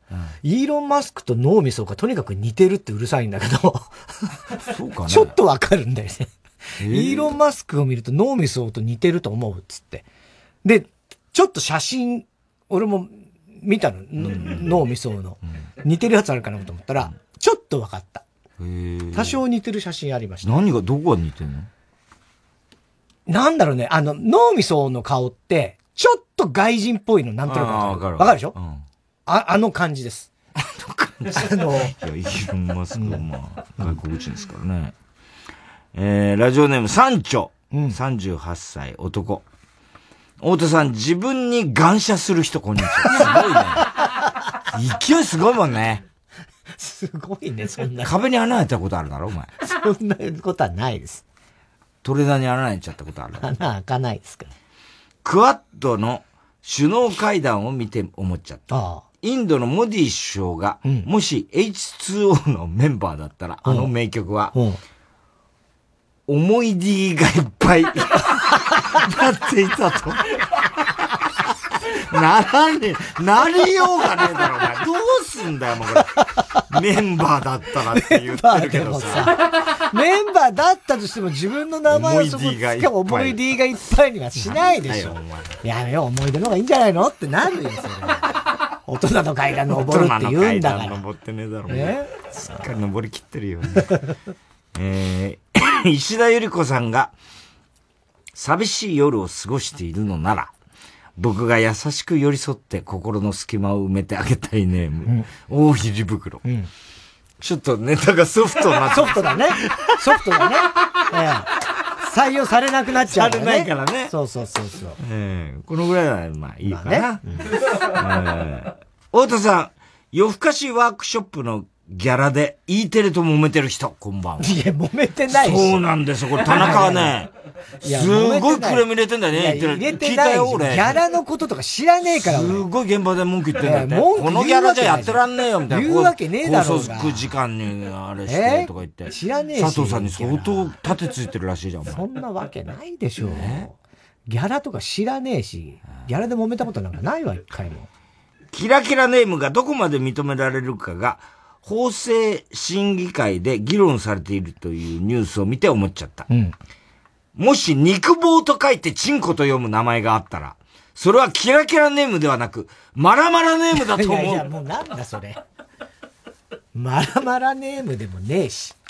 イーロン・マスクと脳みそがとにかく似てるってうるさいんだけど、 そうかね。 ちょっとわかるんだよね。イーロン・マスクを見ると脳みそと似てると思うっつって。で、ちょっと写真、俺も見たの、脳みその。似てるやつあるかなと思ったら、ちょっとわかった。多少似てる写真ありました。 何が、どこが似てんの？ なんだろうね、脳みその顔って、ちょっと外人っぽいの、なんとなくわかる。わかるでしょ？あの感じです。 いや、イーロン・マスクはまあ、外国人ですからね。ラジオネーム、サンチョ。38歳、男。太田さん、自分に感謝する人、こんにちは。すごいね。勢いすごいもんね。 すごいね、そんな。 壁に穴開いたことあるだろ、お前。 そんなことはないです。 トレーナーに穴開いちゃったことある。 穴開かないですから。 クワッドの首脳会談を見て思っちゃった。インドのモディ首相が、もし H2O のメンバーだったら、あの名曲は、思い出がいっぱいなっていたと。なりようがねえだろ、お前。どうすんだよ、もうこれ。メンバーだったらって言ってるけどさ。 メンバーだったとしても自分の名前をそこつけ思い出がいっぱいにはしないでしょ。やめよう、思い出の方がいいんじゃないのってなるよ、それ。大人の階段登るって言うんだから。大人の階段登ってねえだろ、すっかり登り切ってるよね。石田ゆり子さんが、寂しい夜を過ごしているのなら、僕が優しく寄り添って心の隙間を埋めてあげたいネーム。大喜利袋。ちょっとネタがソフトになってソフトだね。ソフトだね。採用されなくなっちゃうからね。 されないからね。 そう。 このぐらいはまあいいかな。太田さん、夜更かしワークショップのギャラで E テレと揉めてる人、こんばんは。 いや、揉めてないし。 そうなんですよ。これ田中はね、すごいクレーム入れてんだよね。 入れてないよ、俺。ギャラのこととか知らねえから、 すごい現場で文句言ってんだよ。このギャラじゃやってらんねえよ、みたいな。 言うわけねえだろ。 拘束時間にあれしてとか言って。 知らねえし。 佐藤さんに相当立てついてるらしいじゃん、 そんなわけないでしょ。ギャラとか知らねえし、ギャラで揉めたことなんかないわ、一回も。 キラキラネームがどこまで認められるかが、法制審議会で議論されているというニュースを見て思っちゃった。もし肉棒と書いてチンコと読む名前があったら、それはキラキラネームではなく、マラマラネームだと思う。 いや、もうなんだそれ。マラマラネームでもねえし。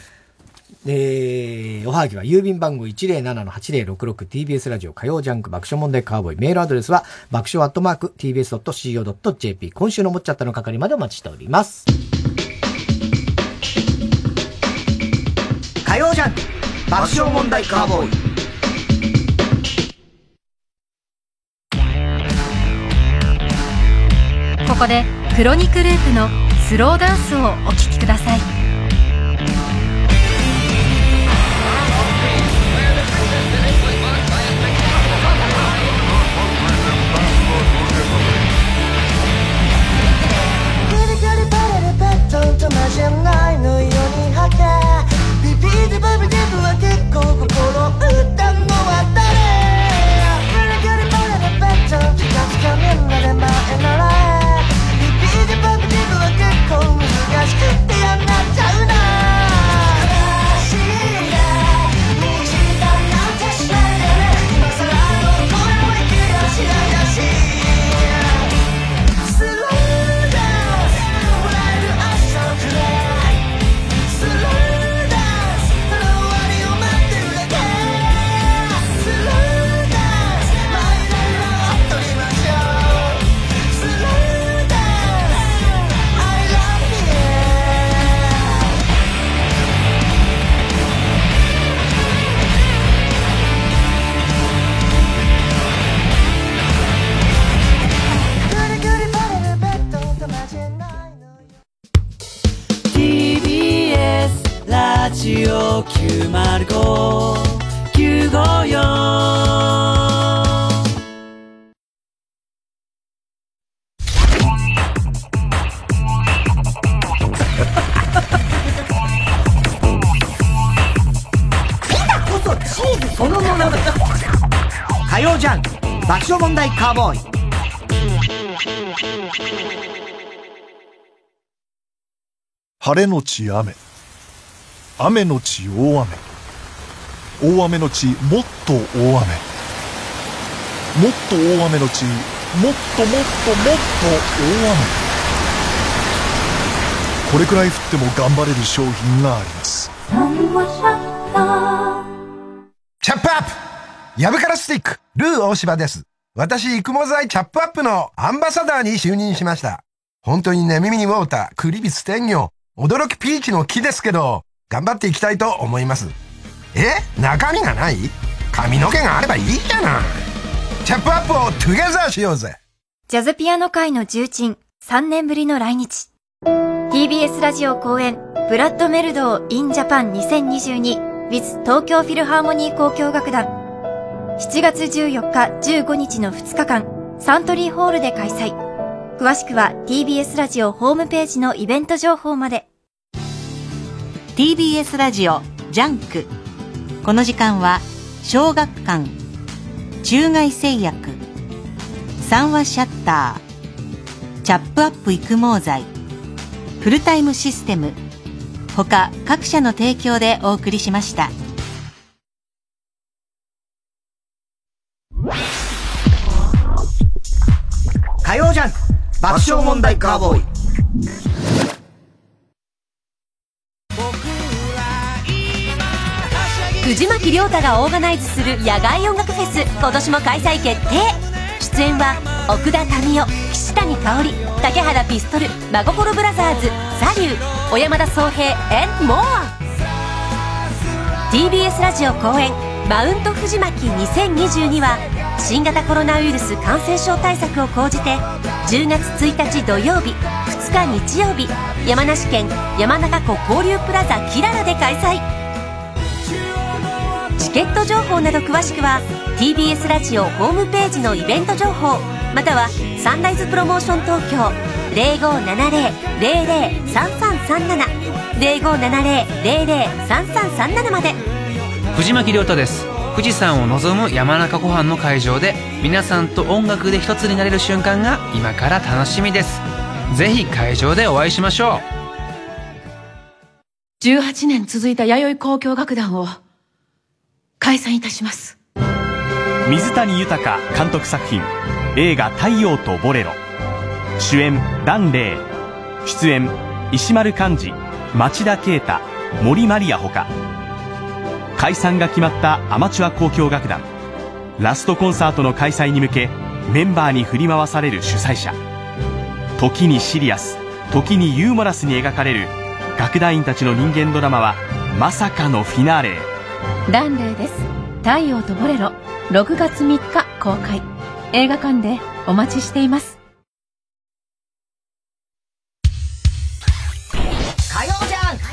おはぎは郵便番号 107-8066 TBS ラジオ火曜ジャンク爆笑問題カーボーイ。メールアドレスは爆笑@tbs.co.jp。今週の思っちゃったの係までお待ちしております。火曜ジャンク爆笑問題カーボーイ。 ここでクロニクループのスローダンスをお聴きください。 じゃないのようにはけビビデバビデブは結構心打ったのは誰グリグリバレルベッド気がつかみんなで前ならビビデバビデブは結構難しくて嫌になっちゃうな悲しいね道だなんてしないでね今更の声も息がしないだしスローダンス笑える朝くらいスローダンス終わりを待ってるだけスローダンスマイライを取りましょうスローダンス I love you グリグリバレるベッドと間違いないの TBS ラジオ905-954 チーズそのものだ。火曜ジャンク爆笑問題カーボーイ。 晴れのち雨、雨のち大雨、大雨のちもっと大雨、もっと大雨のちもっともっともっと大雨。これくらい降っても頑張れる商品があります。 チャップアップヤブカラスティックルー大柴です。私育毛剤チャップアップのアンバサダーに就任しました。本当にね、耳にウォーター、クリビス天魚、驚きピーチの木ですけど、頑張っていきたいと思います。中身がない？髪の毛があればいいじゃない。チャップアップをトゥゲザーしようぜ。 ジャズピアノ界の重鎮、3年ぶりの来日。TBS ラジオ公演、ブラッドメルドー in Japan 2022 with 東京フィルハーモニー交響楽団。7月14日、15日の2日間、サントリーホールで開催。詳しくは TBS ラジオホームページのイベント情報まで。 TBS ラジオジャンク。この時間は小学館、中外製薬、三話シャッター、チャップアップ育毛剤、フルタイムシステム他各社の提供でお送りしました。 火曜ジャンク爆笑問題カーボーイ。 藤巻亮太がオーガナイズする野外音楽フェス、今年も開催決定。出演は奥田民生、岸谷香織、竹原ピストル、真心ブラザーズ、サリュー、小山田宗平 and more。 TBS ラジオ公演マウント藤巻2022は新型コロナウイルス感染症対策を講じて10月1日土曜日、2日日曜日、山梨県山中湖交流プラザキララで開催。チケット情報など詳しくは TBS ラジオホームページのイベント情報またはサンライズプロモーション東京 0570-003337 0570-003337 まで。 藤巻亮太です。富士山を望む山中湖畔の会場で皆さんと音楽で一つになれる瞬間が今から楽しみです。ぜひ会場でお会いしましょう。18年続いた弥生交響楽団を解散いたします。 水谷豊監督作品映画太陽とボレロ。主演檀れい、出演石丸幹二、町田啓太、森マリアほか。解散が決まったアマチュア交響楽団。ラストコンサートの開催に向けメンバーに振り回される主催者。時にシリアス、時にユーモラスに描かれる楽団員たちの人間ドラマはまさかのフィナーレへ。 檀れいです。太陽とボレロ6月3日公開。映画館でお待ちしています。 火曜ジャンク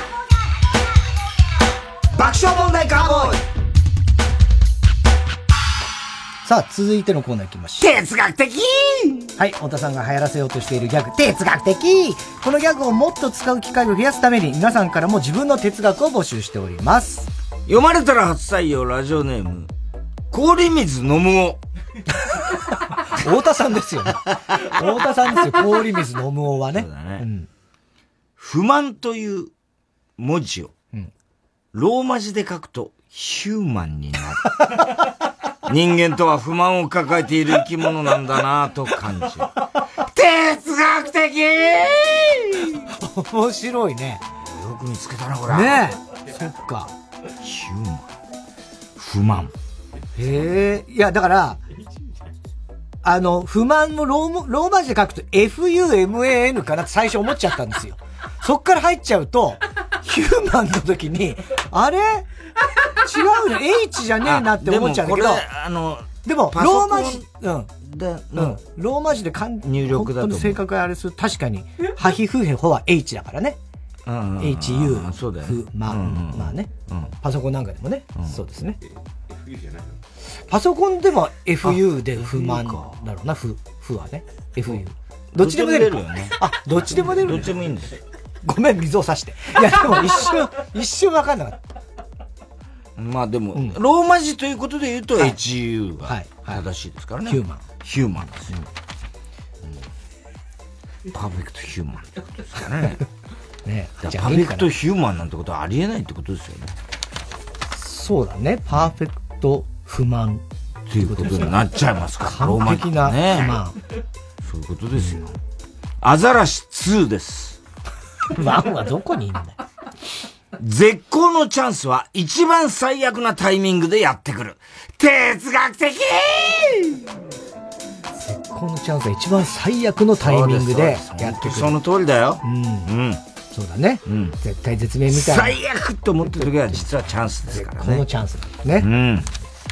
爆笑問題カーボーイ。さあ続いてのコーナー行きましょう。 哲学的。 はい、太田さんが流行らせようとしているギャグ、哲学的。このギャグをもっと使う機会を増やすために皆さんからも自分の哲学を募集しております。 読まれたら初採用。ラジオネーム氷水飲むお。 太田さんですよね。太田さんですよ、氷水飲むおはね。そうだね、うん、 不満という文字を、ローマ字で書くとヒューマンになる。人間とは不満を抱えている生き物なんだなぁと感じる。哲学的。 面白いね。 よく見つけたなこれ。 ねえ。そっか。 ヒューマン。不満。 へえ。いやだから不満のローマ字で書くと FUMAN かなって最初思っちゃったんですよ。そっから入っちゃうとヒューマンの時にあれ違うよ H じゃねえなって思っちゃうんだけど、でもローマ字ローマ字で入力だと本当に正確にあれする確かにハヒフヘホは H だからね。HU そうだよね。まあね、パソコンなんかでもね、そうですね。パソコンでも FU で不満だろうな、フはね。FU。どっちでも出るよね。あ、どっちでも出る。 どっちでもいいんですよ。 ごめん、水を差して。いや、でも一瞬わかんなかった。 まあでも、ローマ字ということで言うと HU が正しいですからね。 ヒューマン。 ヒューマンですよ。パーフェクトヒューマンってことですかね。 ね。 パーフェクトヒューマンなんてことはありえないってことですよね。 そうだね。パーフェクト不満っていうことになっちゃいますから。 完璧な不満。 そういうことですよ。アザラシ2です。 1はどこにいんだよ。 絶好のチャンスは一番最悪なタイミングでやってくる。哲学的！ 絶好のチャンスは一番最悪のタイミングでやってくる。 その通りだよ。 うん。そうだね。絶対絶命みたいな。 最悪と思ってる時は実はチャンスですからね。 このチャンスなんです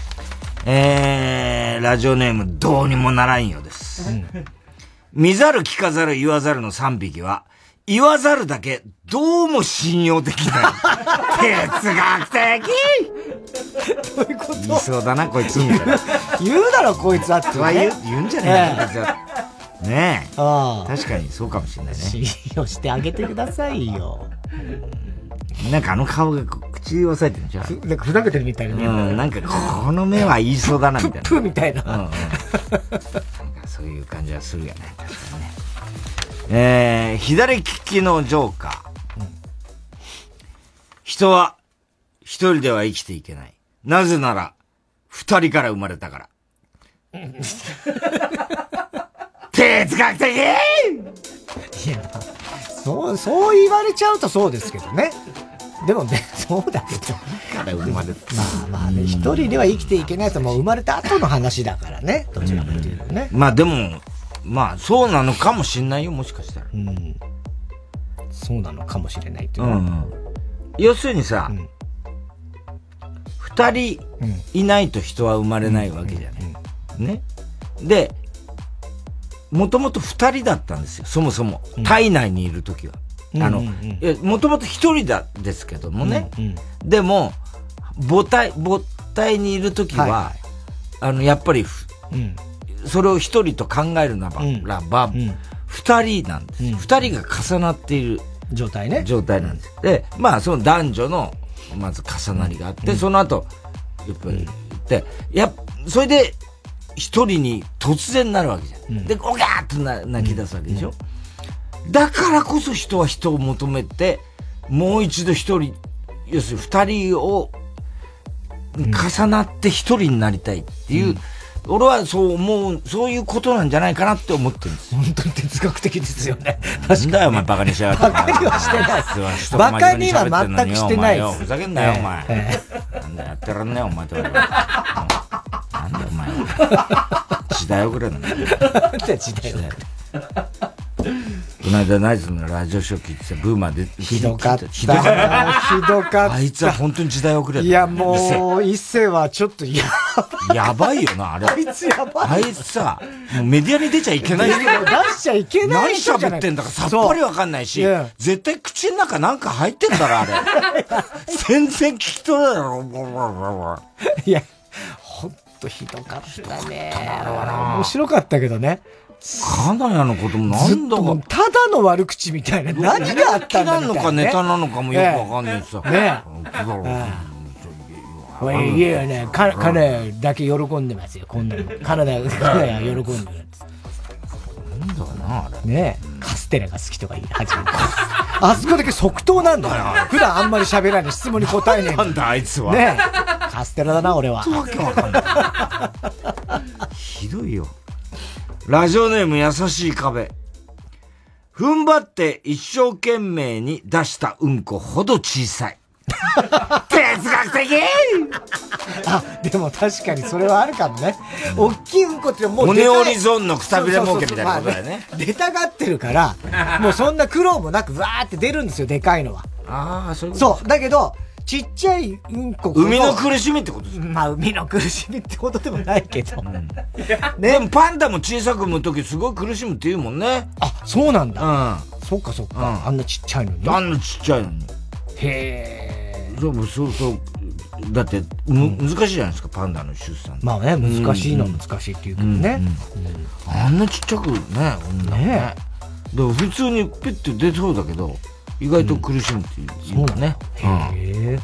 ね。ラジオネームどうにもならんよです。見ざる聞かざる言わざるの3匹は、言わざるだけどうも信用できない。哲学的！ どういうこと？ 言いそうだな、こいつみたいな。 言うだろ、こいつはって。 言うんじゃねえか、こいつは。ねえ。確かにそうかもしれないね。 信用してあげてくださいよ。 なんか顔が口押さえてるんじゃん。 なんかふざけてるみたいな。 なんかこの目は言いそうだなみたいな。 プッみたいな。 なんかそういう感じはするよね。確かにね。左利きのジョーカー。人は一人では生きていけない。なぜなら二人から生まれたから。哲学的！いや、 そう言われちゃうとそうですけどね。でもね、そうだけど。 から生まれた。 まあね、一人では生きていけないともう生まれた後の話だからね。どちらかというとね。 まあでも、そうなのかもしんないよ、もしかしたら。 そうなのかもしれないっていうのは。 要するにさ、二人いないと人は生まれないわけじゃない。ね。で、もともと二人だったんですよ、そもそも。体内にいるときは。もともと一人ですけどもね。でも、母体にいるときは、やっぱり、それを一人と考えるならば、二人なんです。二人が重なっている状態ね。 状態なんです。で、その男女の、まず重なりがあって、その後、やっぱり、それで、一人に突然なるわけじゃん。で、ゴギャーっと泣き出すわけでしょ。だからこそ人は人を求めて、もう一度一人、要するに二人を重なって一人になりたいっていう、俺はそう思う、そういうことなんじゃないかなって思ってるんです。 本当に哲学的ですよね。 なんだよ、お前バカにしやがって。 バカにはしてないです。バカには全くしてないです。 ふざけんなよ、お前。なんだやってらんねえよ、お前と。なんだよ、お前。時代遅れなんだよ。 なんで時代遅れ。 この間ナイツのラジオショー聞いてブーマーで。 ひどかった。ひどかった。 あいつは本当に時代遅れだ。 いや、もう、一世はちょっとやばいよな、あれ。 あいつやばい。 あいつさ、もうメディアに出ちゃいけない。 出しちゃいけない。 何喋ってんだかさっぱりわかんないし、絶対口の中なんか入ってんだろ、あれ。全然聞き取れないだろ。 いや、ほんとひどかったね。面白かったけどね。 金谷のこともなんだか。 ただの悪口みたいな。何があったんだみたいな、ね。 なのかネタなのかもよくわかんないしさ。 ねえ。いやね、金谷だけ喜んでますよ、こんなの。金谷は喜んでる。 なんだろうな、あれ。ねえ。カステラが好きとか言い始めた。あそこだけ即答なんだよ。普段あんまり喋らない質問に答えねえ。 なんだあいつは。 ねえ。カステラだな、俺は。 わけわかんない。ひどいよ。ラジオネーム優しい壁。踏ん張って一生懸命に出したうんこほど小さい。哲学的！ でも確かにそれはあるかもね。大きいうんこってもうオネオリゾンのくたびれ儲けみたいなことだよね。 出たがってるから、もうそんな苦労もなくわーって出るんですよ、でかいのは。 ああ、そういうこと。 そう。だけど、ちっちゃいうんこ。 海の苦しみってことですか？ 海の苦しみってことでもないけど。 ね、でもパンダも小さく産むときすごい苦しむって言うもんね。 あ、そうなんだ。そっか。 あんなちっちゃいのに。 あんなちっちゃいのに。 へぇー。そう。だって、難しいじゃないですか、パンダの出産。 まあね、難しいのは難しいっていうけどね。 あんなちっちゃくね、ね。でも普通にペッて出そうだけど、意外と苦しむっていう。そうね。 へ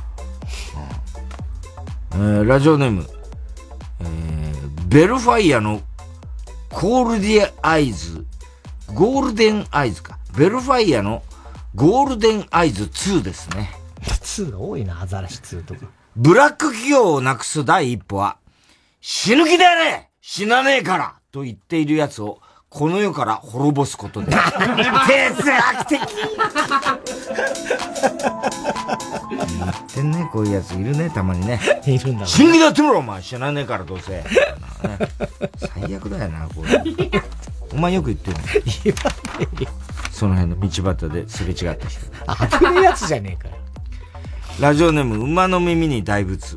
ぇ。ラジオネーム、ベルファイアのゴールデンアイズか。ベルファイアのゴールデンアイズ2ですね。 2が多いな、アザラシ2とか。 ブラック企業をなくす第一歩は、死ぬ気でやれ死なねえからと言っている奴を、この世から滅ぼすことで。哲学的言ってんね、こういう奴いるね、たまにね。 いるんだ。 死ぬ気でやってみろ、お前死なねえからどうせ。最悪だよな、これ。お前よく言ってるの。 言わないよ。 その辺の道端ですれ違った人。 危ねえやつじゃねえかよ。 ラジオネーム、馬の耳に大仏。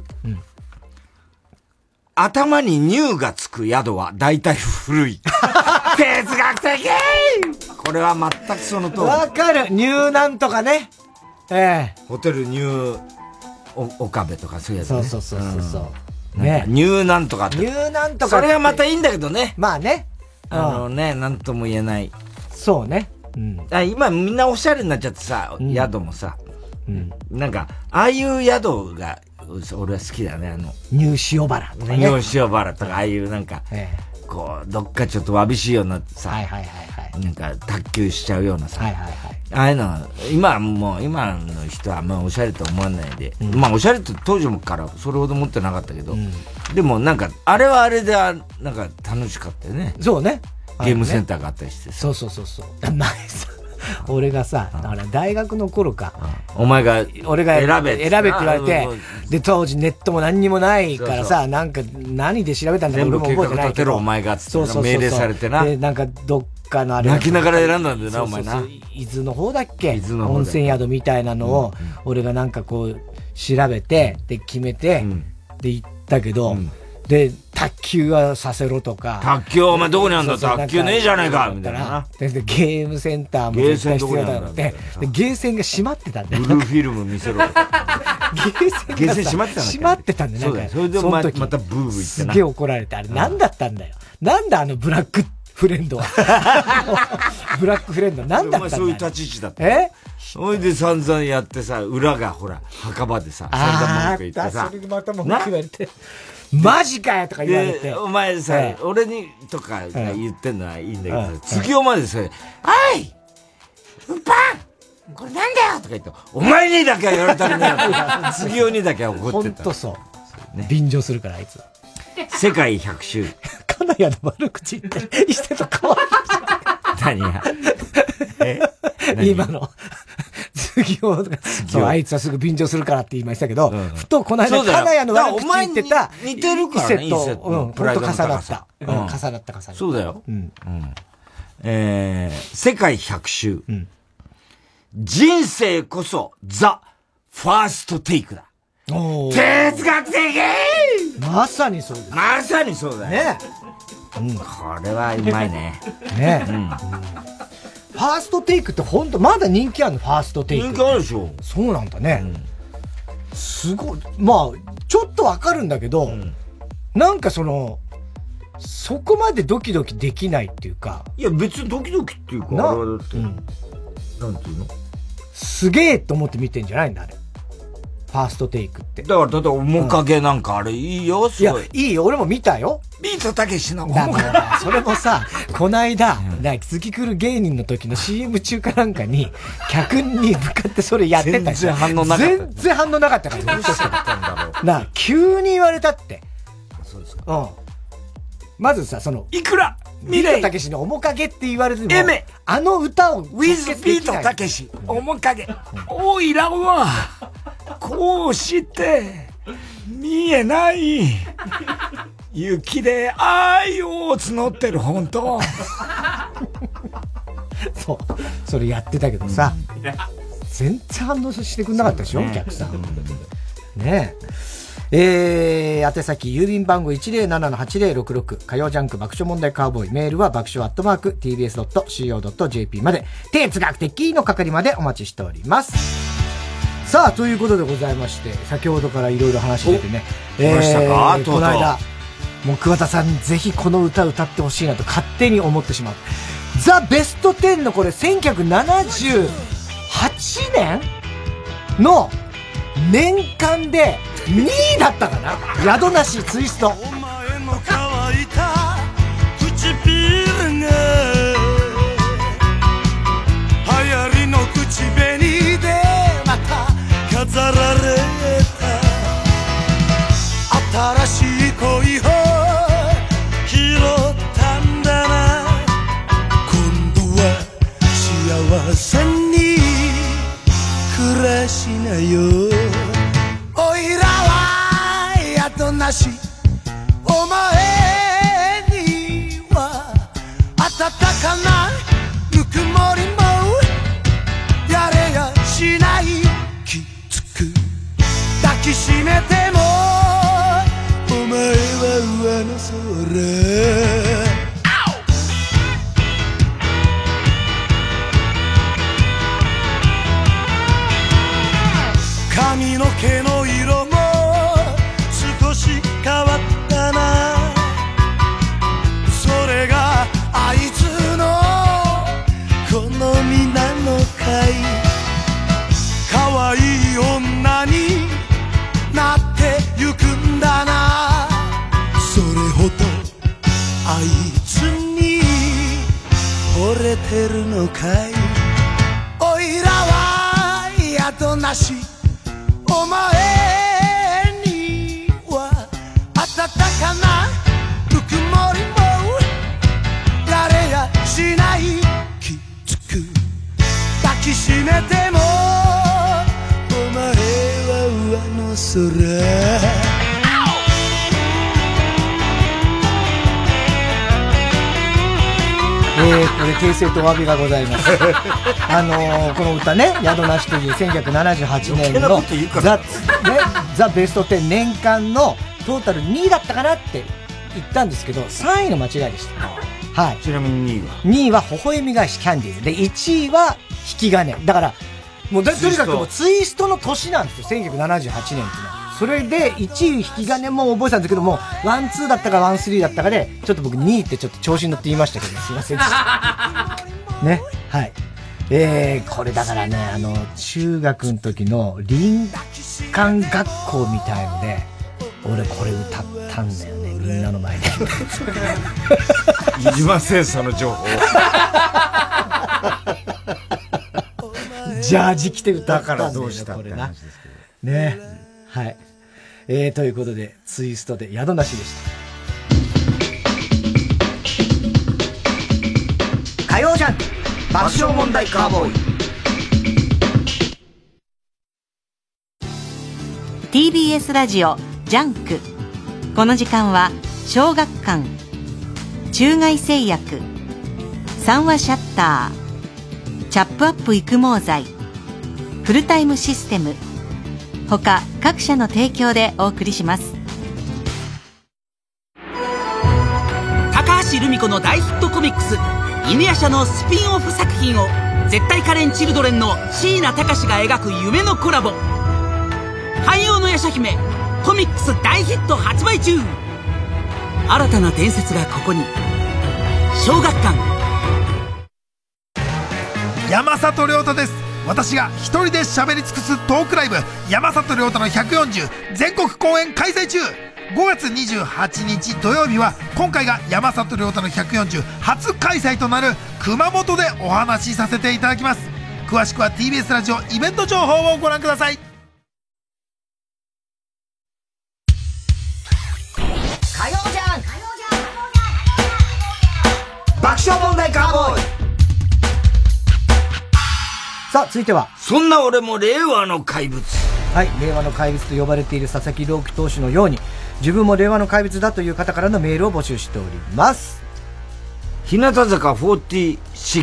頭に乳がつく宿は大体古い。哲学的これは全くその通り。 わかる。乳なんとかね。 ホテル乳岡部とかそういうやつね。 そうそう。 ね。乳なんとかって。 乳なんとか。 それはまたいいんだけどね。 まあね。 なんとも言えない。 そうね。 今みんなおしゃれになっちゃってさ、宿もさ。なんか、ああいう宿が、俺は好きだね、 乳塩原とかね。 乳塩原とか、ああいうなんか、こう、どっかちょっとわびしいようになってさ、なんか、卓球しちゃうようなさ、ああいうのは、今の人はあんまおしゃれと思わないで、まあおしゃれって当時もからそれほど持ってなかったけど、でもなんか、あれはあれで、なんか楽しかったよね。 そうね。 ゲームセンターがあったりしてさ。そう。前さ、俺がさ、大学の頃か。 お前が、 俺が選べって言われて、で、当時ネットも何にもないからさ、なんか何で調べたんだか俺も覚えてないけど。 お前がつって命令されてな。 で、なんかどっかのあれ。 泣きながら選んだんだよな、お前な。 伊豆の方だっけ？温泉宿みたいなのを、俺がなんかこう、調べて、で、決めて、で、行ったけど、で、卓球はさせろとか。 卓球お前どこにあんだ卓球ねえじゃねえかみたいな。 で、ゲームセンターも絶対必要だって。で、ゲーセンが閉まってたんだよ。 ブルーフィルム見せろ。ゲーセン閉まってたんだ閉まってたんだよ。 そうだよ。それでまたブーブー言ってすげえ怒られて、あれ何だったんだよ。なんだブラックフレンドは。ブラックフレンド何だったんだよ。 そういう立ち位置だった。それで散々やってさ、裏がほら、墓場でさ、散々文句言ってさ。 それでまた文句言われて。マジかよとか言われて。 お前さ、俺にとか言ってんのはいいんだけど、次お前でさ、おい運搬これなんだよとか言って、お前にだけは言われたくねえよ。次おにだけは怒ってた。 ほんとそう。便乗するから、あいつ。 世界100周。 金谷の悪口言って、伊勢と変わる。何や今の。次を、そう、あいつはすぐ便乗するからって言いましたけど、ふとこの間、金谷の悪口言ってた、 似てるからね、 伊勢と、ほんと重なった。重なった。 そうだよ。世界100周。人生こそ、ザ・ファーストテイクだ。哲学的まさにそうです。 まさにそうだよ。 ね。 これはうまいね。 ね。ファーストテイクって本当まだ人気あるのファーストテイク。 人気あるでしょ。 そうなんだね。すごい。まあ、ちょっとわかるんだけど、なんかそこまでドキドキできないっていうか。 いや、別にドキドキっていうか、あれはだって、なんていうの？ すげえと思って見てんじゃないんだ、あれ。ファーストテイクって。 だから、面影なんかあれいいよ、すごい。 いや、いいよ、俺も見たよ。 ビートたけしの面影。それもさ、こないだ、月来る芸人の時の CM 中かなんかに、客に向かってそれやってた。 全然反応なかった。 全然反応なかったから。 どうしちゃったんだろう。 急に言われたって。 そうですか。 まずさ、 いくらビートたけしの面影って言われても、あの歌を、 ウィズビートたけし、面影。おいらは、こうして、見えない、雪で愛を募ってる、本当。 そう。それやってたけどさ、全然反応してくんなかったでしょ、お客さん。ねえ。宛先、郵便番号 107-8066、火曜ジャンク爆笑問題カーボーイ、メールは爆笑@tbs.co.jp まで、哲学的の係までお待ちしております。さあ、ということでございまして、先ほどからいろいろ話出てね。 ましたか？ この間、もう桑田さんぜひこの歌歌ってほしいなと勝手に思ってしまう。ザ・ベスト10のこれ1978年の年間で2位だったかな？宿なしツイスト。お前の乾いた唇が流行りの口紅飾られた新しい恋を拾ったんだな。今度は幸せに暮らしなよ。おいらは宿なし、お前には暖かなぬくもりもやれやしない。きつく抱きしめてもお前は上の空。髪の毛の色も少し変わったな。それがあいつの好みなのかい。可愛い女になってゆくんだな。それほどあいつに惚れてるのかい。おいらは宿なし、お前には暖かなぬくもりもやれやしない。きつく抱きしめてもお前は上の空。 これ訂正とお詫びがございます。この歌ね、宿なしという1978年のザ・ベスト10年間のトータル2位だったかなって言ったんですけど、3位の間違いでした。はい。 ちなみに 2位は微笑み返しキャンディーズで、1位は引き金。だから、もうとにかくもうツイストの年なんですよ、1978年っていうのは。それで1位引き金も覚えてたんですけども、1、2だったか1、3だったかで、ちょっと僕2位ってちょっと調子に乗って言いましたけど、すいませんでした。ね。はい。これだからね、中学の時の林間学校みたいので、俺これ歌ったんだよね、みんなの前で。 いりません、その情報。 ジャージ着て歌ったんだよね、 だからどうしたって話ですけど。 ね。はい。ということで、ツイストで宿なしでした。火曜ジャンク爆笑問題カーボーイ TBS ラジオジャンク。この時間は小学館、中外製薬、三話シャッター、チャップアップ育毛剤、フルタイムシステム他各社の提供でお送りします。 高橋留美子の大ヒットコミックス犬夜叉のスピンオフ作品を絶対カレンチルドレンの椎名隆が描く夢のコラボ。汎用の夜叉姫コミックス大ヒット発売中。新たな伝説がここに。小学館。 山里亮太です。私が一人で喋り尽くすトークライブ山里亮太の140全国公演開催中。5月28日土曜日は今回が山里亮太の140初開催となる熊本でお話しさせていただきます。詳しくは TBS ラジオイベント情報をご覧ください。 火曜ジャンク爆笑問題カーボーイ。さあ続いては、 そんな俺も令和の怪物。 はい、令和の怪物と呼ばれている佐々木朗希投手のように自分も令和の怪物だという方からのメールを募集しております。 日向坂46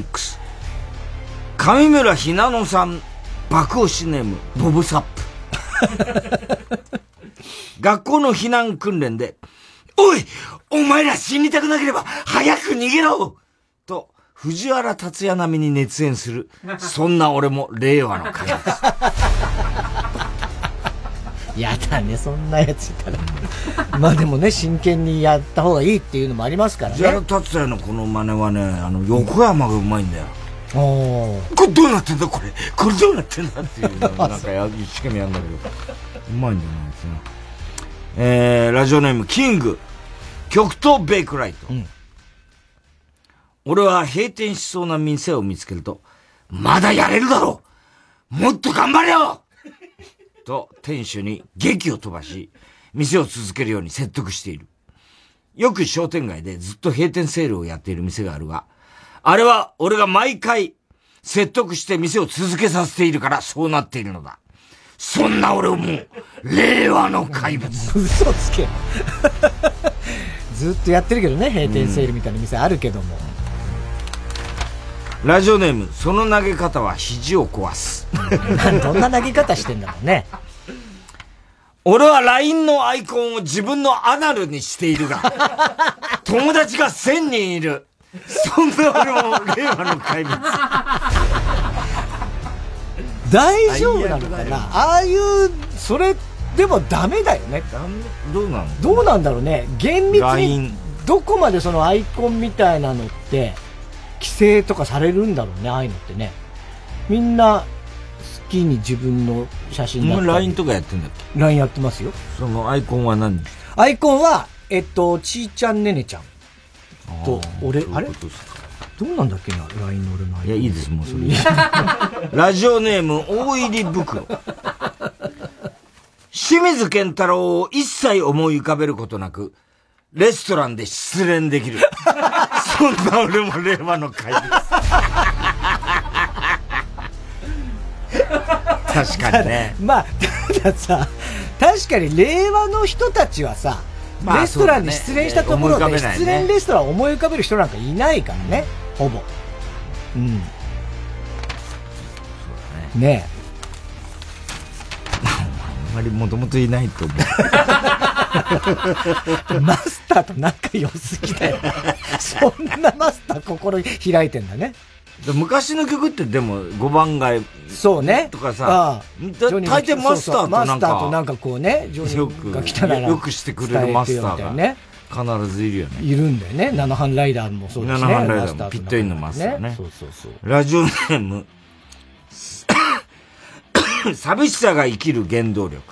上村ひなのさん爆押しネームボブサップ学校の避難訓練でおいお前ら死にたくなければ早く逃げろと藤原竜也並みに熱演するそんな俺も令和の怪物。 やだね、そんなやついたら。まあでもね、真剣にやった方がいいっていうのもありますからね。 藤原竜也のこの真似はね、横山がうまいんだよ。これどうなってんだこれどうなってんだっていうのをなんか一生懸命やるんだけど、うまいんだよね。ラジオネームキング極東ベイクライト。俺は閉店しそうな店を見つけると、まだやれるだろうもっと頑張れよと店主に檄を飛ばし、店を続けるように説得している。よく商店街でずっと閉店セールをやっている店があるが、あれは俺が毎回説得して店を続けさせているからそうなっているのだ。そんな俺をもう、令和の怪物。 嘘つけ。ずっとやってるけどね、閉店セールみたいな店あるけども。 ラジオネーム、その投げ方は肘を壊す。 どんな投げ方してんだろうね。 俺は LINE のアイコンを自分のアナルにしているが、友達が1000人いる。そんな俺も令和の怪物。 大丈夫なのかな、ああいう、それでもダメだよね。 どうなの？ どうなんだろうね。厳密に、どこまでそのアイコンみたいなのって、規制とかされるんだろうね、ああいうのってね。みんな、好きに自分の写真だったり。 LINE とかやってんだっけ？ LINE やってますよ。 そのアイコンは何？ アイコンは、ちーちゃんねねちゃん。と、俺、あれどうなんだっけな、LINE の俺のアイコン。 いや、いいです、もうそれ。ラジオネーム、大入り袋。清水健太郎を一切思い浮かべることなく、レストランで失恋できる。そんな俺も令和の怪物。確かにね。 まあ、たださ、確かに令和の人たちはさ、 まあレストランに失恋したところで、 そうだね失恋レストランを思い浮かべる人なんかいないからね、ほぼ。うん。そうだね。ねえ。あんまりもともといないと思う。 マスターと仲良すぎだよ。そんなマスター心開いてんだね。 昔の曲ってでも5番街そうねとかさ、大抵マスターとなんか、 マスターとなんかこうね、ジョニーが来たらよくしてくれるマスターがね、必ずいるよね。 いるんだよね。七班ライダーもそうですね。 七班ライダーもピットインのマスターね。 そうそうそう。 ラジオネーム、寂しさが生きる原動力。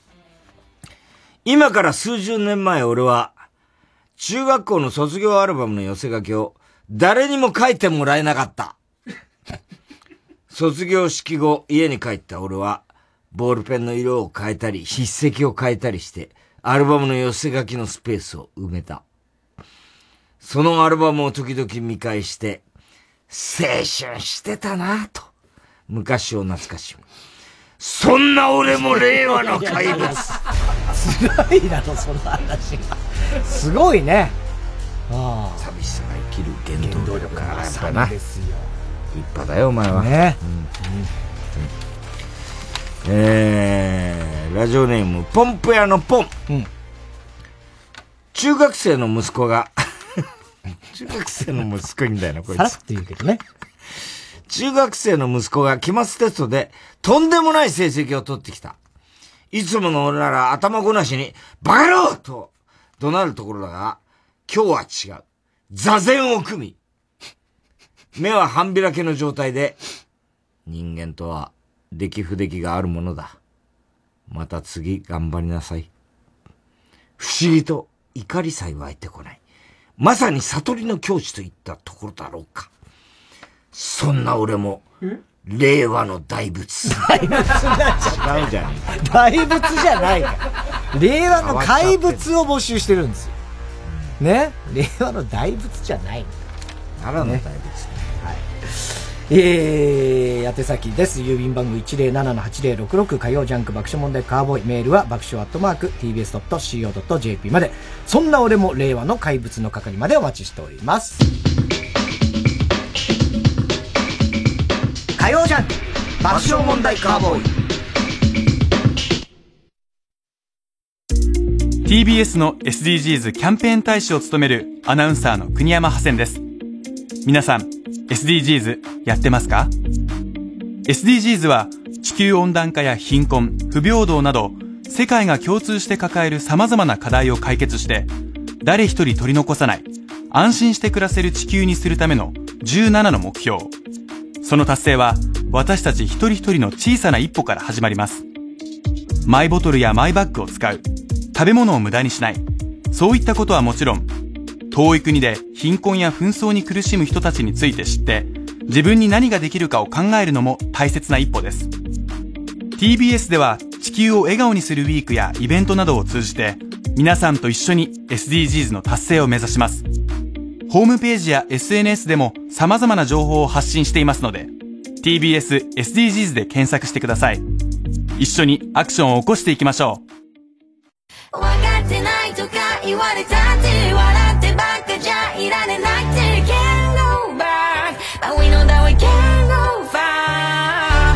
今から数十年前俺は、中学校の卒業アルバムの寄せ書きを誰にも書いてもらえなかった。卒業式後、家に帰った俺は、ボールペンの色を変えたり、筆跡を変えたりして、アルバムの寄せ書きのスペースを埋めた。そのアルバムを時々見返して、青春してたなぁと、昔を懐かしむ。そんな俺も令和の怪物。 辛いだろ、その話が。すごいね。 ああ。寂しさが生きる原動力がやっぱな。 ですよ。 立派だよ、お前は。 ね。 ラジオネーム、ポンプ屋のポン。中学生の息子が、中学生の息子いいんだよな、こいつ。 さらっと言うけどね。 中学生の息子が期末テストで、とんでもない成績を取ってきた。いつもの俺なら頭ごなしに、バカ野郎と怒鳴るところだが、今日は違う。座禅を組み、目は半開けの状態で、人間とは出来不出来があるものだ。また次頑張りなさい。不思議と怒りさえ湧いてこない。まさに悟りの境地といったところだろうか。そんな俺も、令和の大仏。 大仏なん違うじゃん。 大仏じゃないから。令和の怪物を募集してるんですよ。ね。令和の大仏じゃない。 奈良の大仏ね。 はい。宛先です。郵便番号 107-8066 火曜ジャンク爆笑問題カーボーイ。メールは爆笑@tbs.co.jp まで。そんな俺も令和の怪物の係までお待ちしております。火曜ジャンク爆笑問題カーボーイ。 TBS の SDGs キャンペーン大使を務めるアナウンサーの国山ハセンです。皆さん SDGs やってますか？ SDGs は地球温暖化や貧困、不平等など世界が共通して抱える様々な課題を解決して誰一人取り残さない安心して暮らせる地球にするための17の目標。その達成は私たち一人一人の小さな一歩から始まります。マイボトルやマイバッグを使う、食べ物を無駄にしない、そういったことはもちろん、遠い国で貧困や紛争に苦しむ人たちについて知って自分に何ができるかを考えるのも大切な一歩です。 TBS では地地球を笑顔にするウィークやイベントなどを通じて、皆さんと一緒に SDGs の達成を目指します。ホームページや SNS でも様々な情報を発信していますので、TBS SDGs で検索してください。一緒にアクションを起こしていきましょう。 分かってないとか言われたって笑ってばっかじゃいられないって Can't go back But we know that we can't go far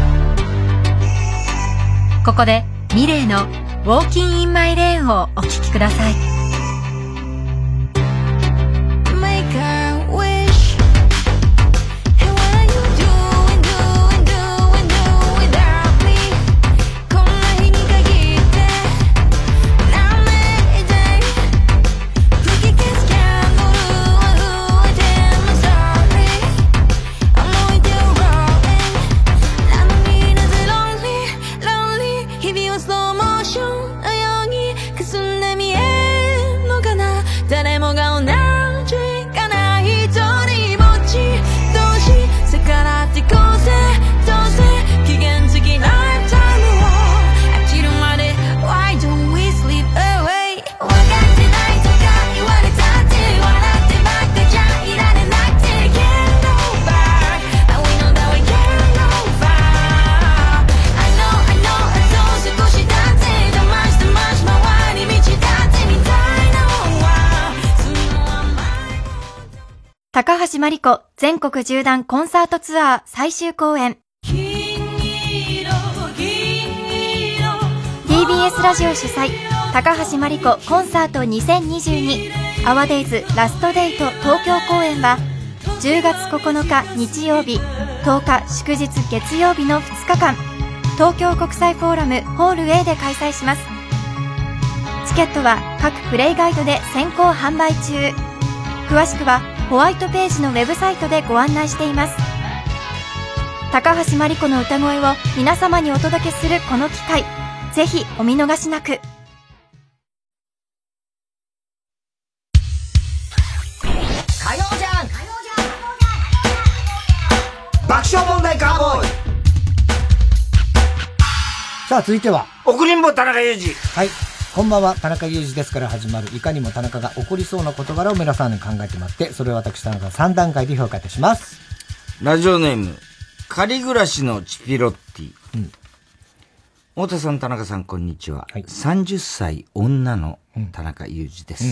ここでミレイの Walking in my lane をお聴きください。 Make a wish And what are you doing, doing, doing, doing without me こんな日に限って何名で吹き消すキャンドルは動いて I'm sorry I'm still rolling なのになぜ lonely, lonely 日々はスローモーションのようにくすんで見えるのかな誰もが同じかな一人ぼっち同士逆らってこうぜどうせ期限付きライフタイムを飽きるまで Why don't we sleep away 分かってないとか言われたって笑ってばっかじゃいられないって Can't go back But we know that we can't go far I know I know あと少しだって騙し騙し周り道だってみたいなもんは高橋真理子全国縦断コンサートツアー最終公演。 TBS ラジオ主催高橋真理子コンサート2022アワデイズラストデート東京公演は10月9日日曜日10日祝日月曜日の2日間東京国際フォーラムホール A で開催します。チケットは各プレイガイドで先行販売中。詳しくはホワイトページのウェブサイトでご案内しています。高橋真理子の歌声を皆様にお届けするこの機会、ぜひお見逃しなく。 火曜じゃん爆笑問題カーボーイ。さあ続いては送りんぼ田中裕二。 はい、こんばんは、田中裕二ですから始まるいかにも田中が起こりそうな事柄を皆さんに考えてもらって、それを私田中3段階で評価いたします。 ラジオネーム仮暮らしのチピロッティ、太田さん田中さんこんにちは、30歳女の田中裕二です、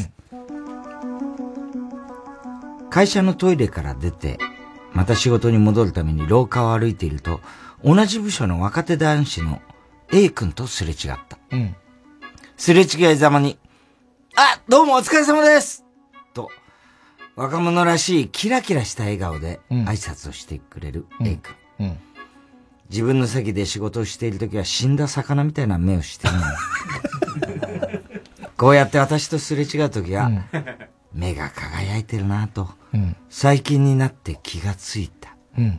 会社のトイレから出てまた仕事に戻るために廊下を歩いていると、同じ部署の若手男子の A 君とすれ違った、すれ違いざまに、あ、どうもお疲れ様ですと、若者らしいキラキラした笑顔で挨拶をしてくれる A 君。自分の席で仕事をしているときは死んだ魚みたいな目をしてるのに。こうやって私とすれ違うときは、目が輝いてるなぁと、最近になって気がついた。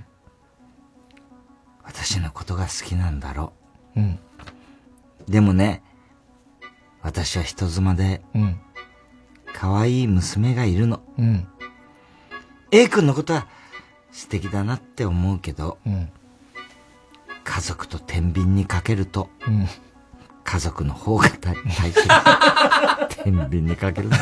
私のことが好きなんだろう。でもね、私は人妻で、可愛い娘がいるの。A 君のことは素敵だなって思うけど、家族と天秤にかけると、家族の方が大切。天秤にかけるの、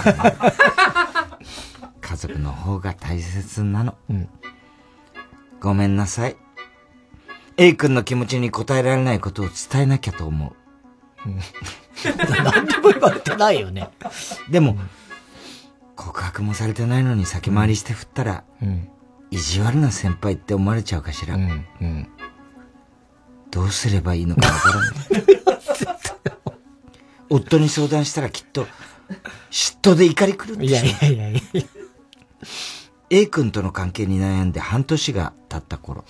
家族の方が大切なの。ごめんなさい。A 君の気持ちに応えられないことを伝えなきゃと思う。 何でも言われてないよね。 でも、告白もされてないのに先回りして振ったら、意地悪な先輩って思われちゃうかしら。どうすればいいのかわからない。夫に相談したらきっと嫉妬で怒り狂ってしまう。いや A 君との関係に悩んで半年が経った頃。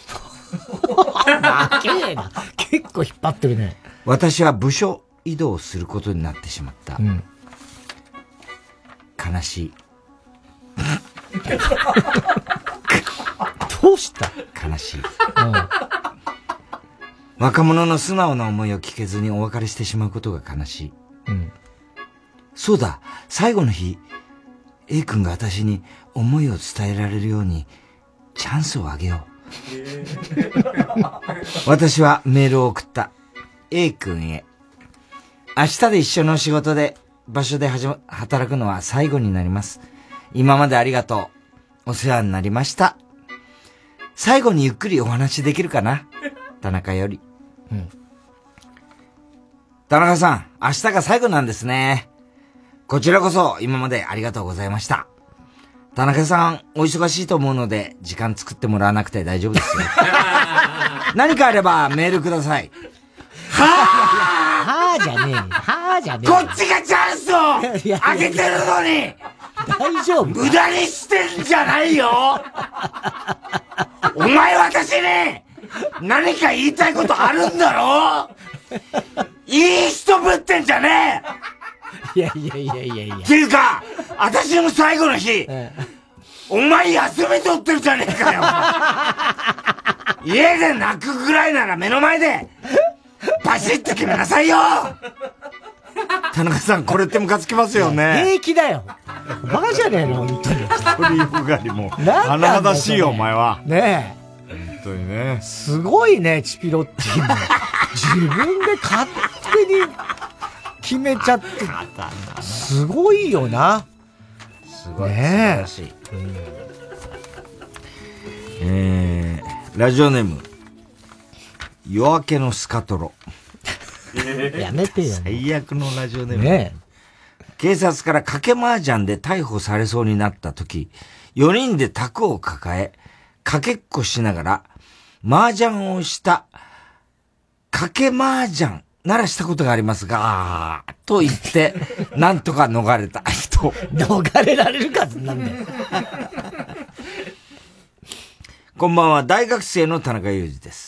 結構引っ張ってるね。 私は部署移動することになってしまった。悲しい。 どうした？ 悲しい。若者の素直な思いを聞けずにお別れしてしまうことが悲しい。そうだ、最後の日、A 君が私に思いを伝えられるようにチャンスをあげよう。私はメールを送った。A 君へ。 明日で一緒の仕事で、場所で働くのは最後になります。今までありがとう。お世話になりました。最後にゆっくりお話できるかな。田中より。うん。田中さん、明日が最後なんですね。こちらこそ今までありがとうございました。田中さん、お忙しいと思うので、時間作ってもらわなくて大丈夫ですよ。何かあればメールください。 はぁじゃねえよ。はぁじゃねえよ。 こっちがチャンスをあげてるのに大丈夫無駄にしてんじゃないよお前私に何か言いたいことあるんだろいい人ぶってんじゃねえいやいやいやいやいや。 っていうか、私の最後の日、お前休み取ってるじゃねえかよ家で泣くぐらいなら目の前でバシッと決めなさいよ田中さん、これってムカつきますよね。 平気だよ。バカじゃねえの、本当に。 一人よがりも。甚だしいよ、お前は。 ねえ。本当にね。 すごいね、チピロッティも。自分で勝手に決めちゃって。すごいよな。 すごい。ねえ。素晴らしい。ラジオネーム、夜明けのスカトロ。 やめてよ。 最悪のラジオネーム。ねえ。警察から賭け麻雀で逮捕されそうになった時、4人で卓を抱え、かけっこしながら、麻雀をした、賭け麻雀ならしたことがありますが、と言って、なんとか逃れた人。 逃れられるかなんだよ。 こんばんは、大学生の田中裕二です。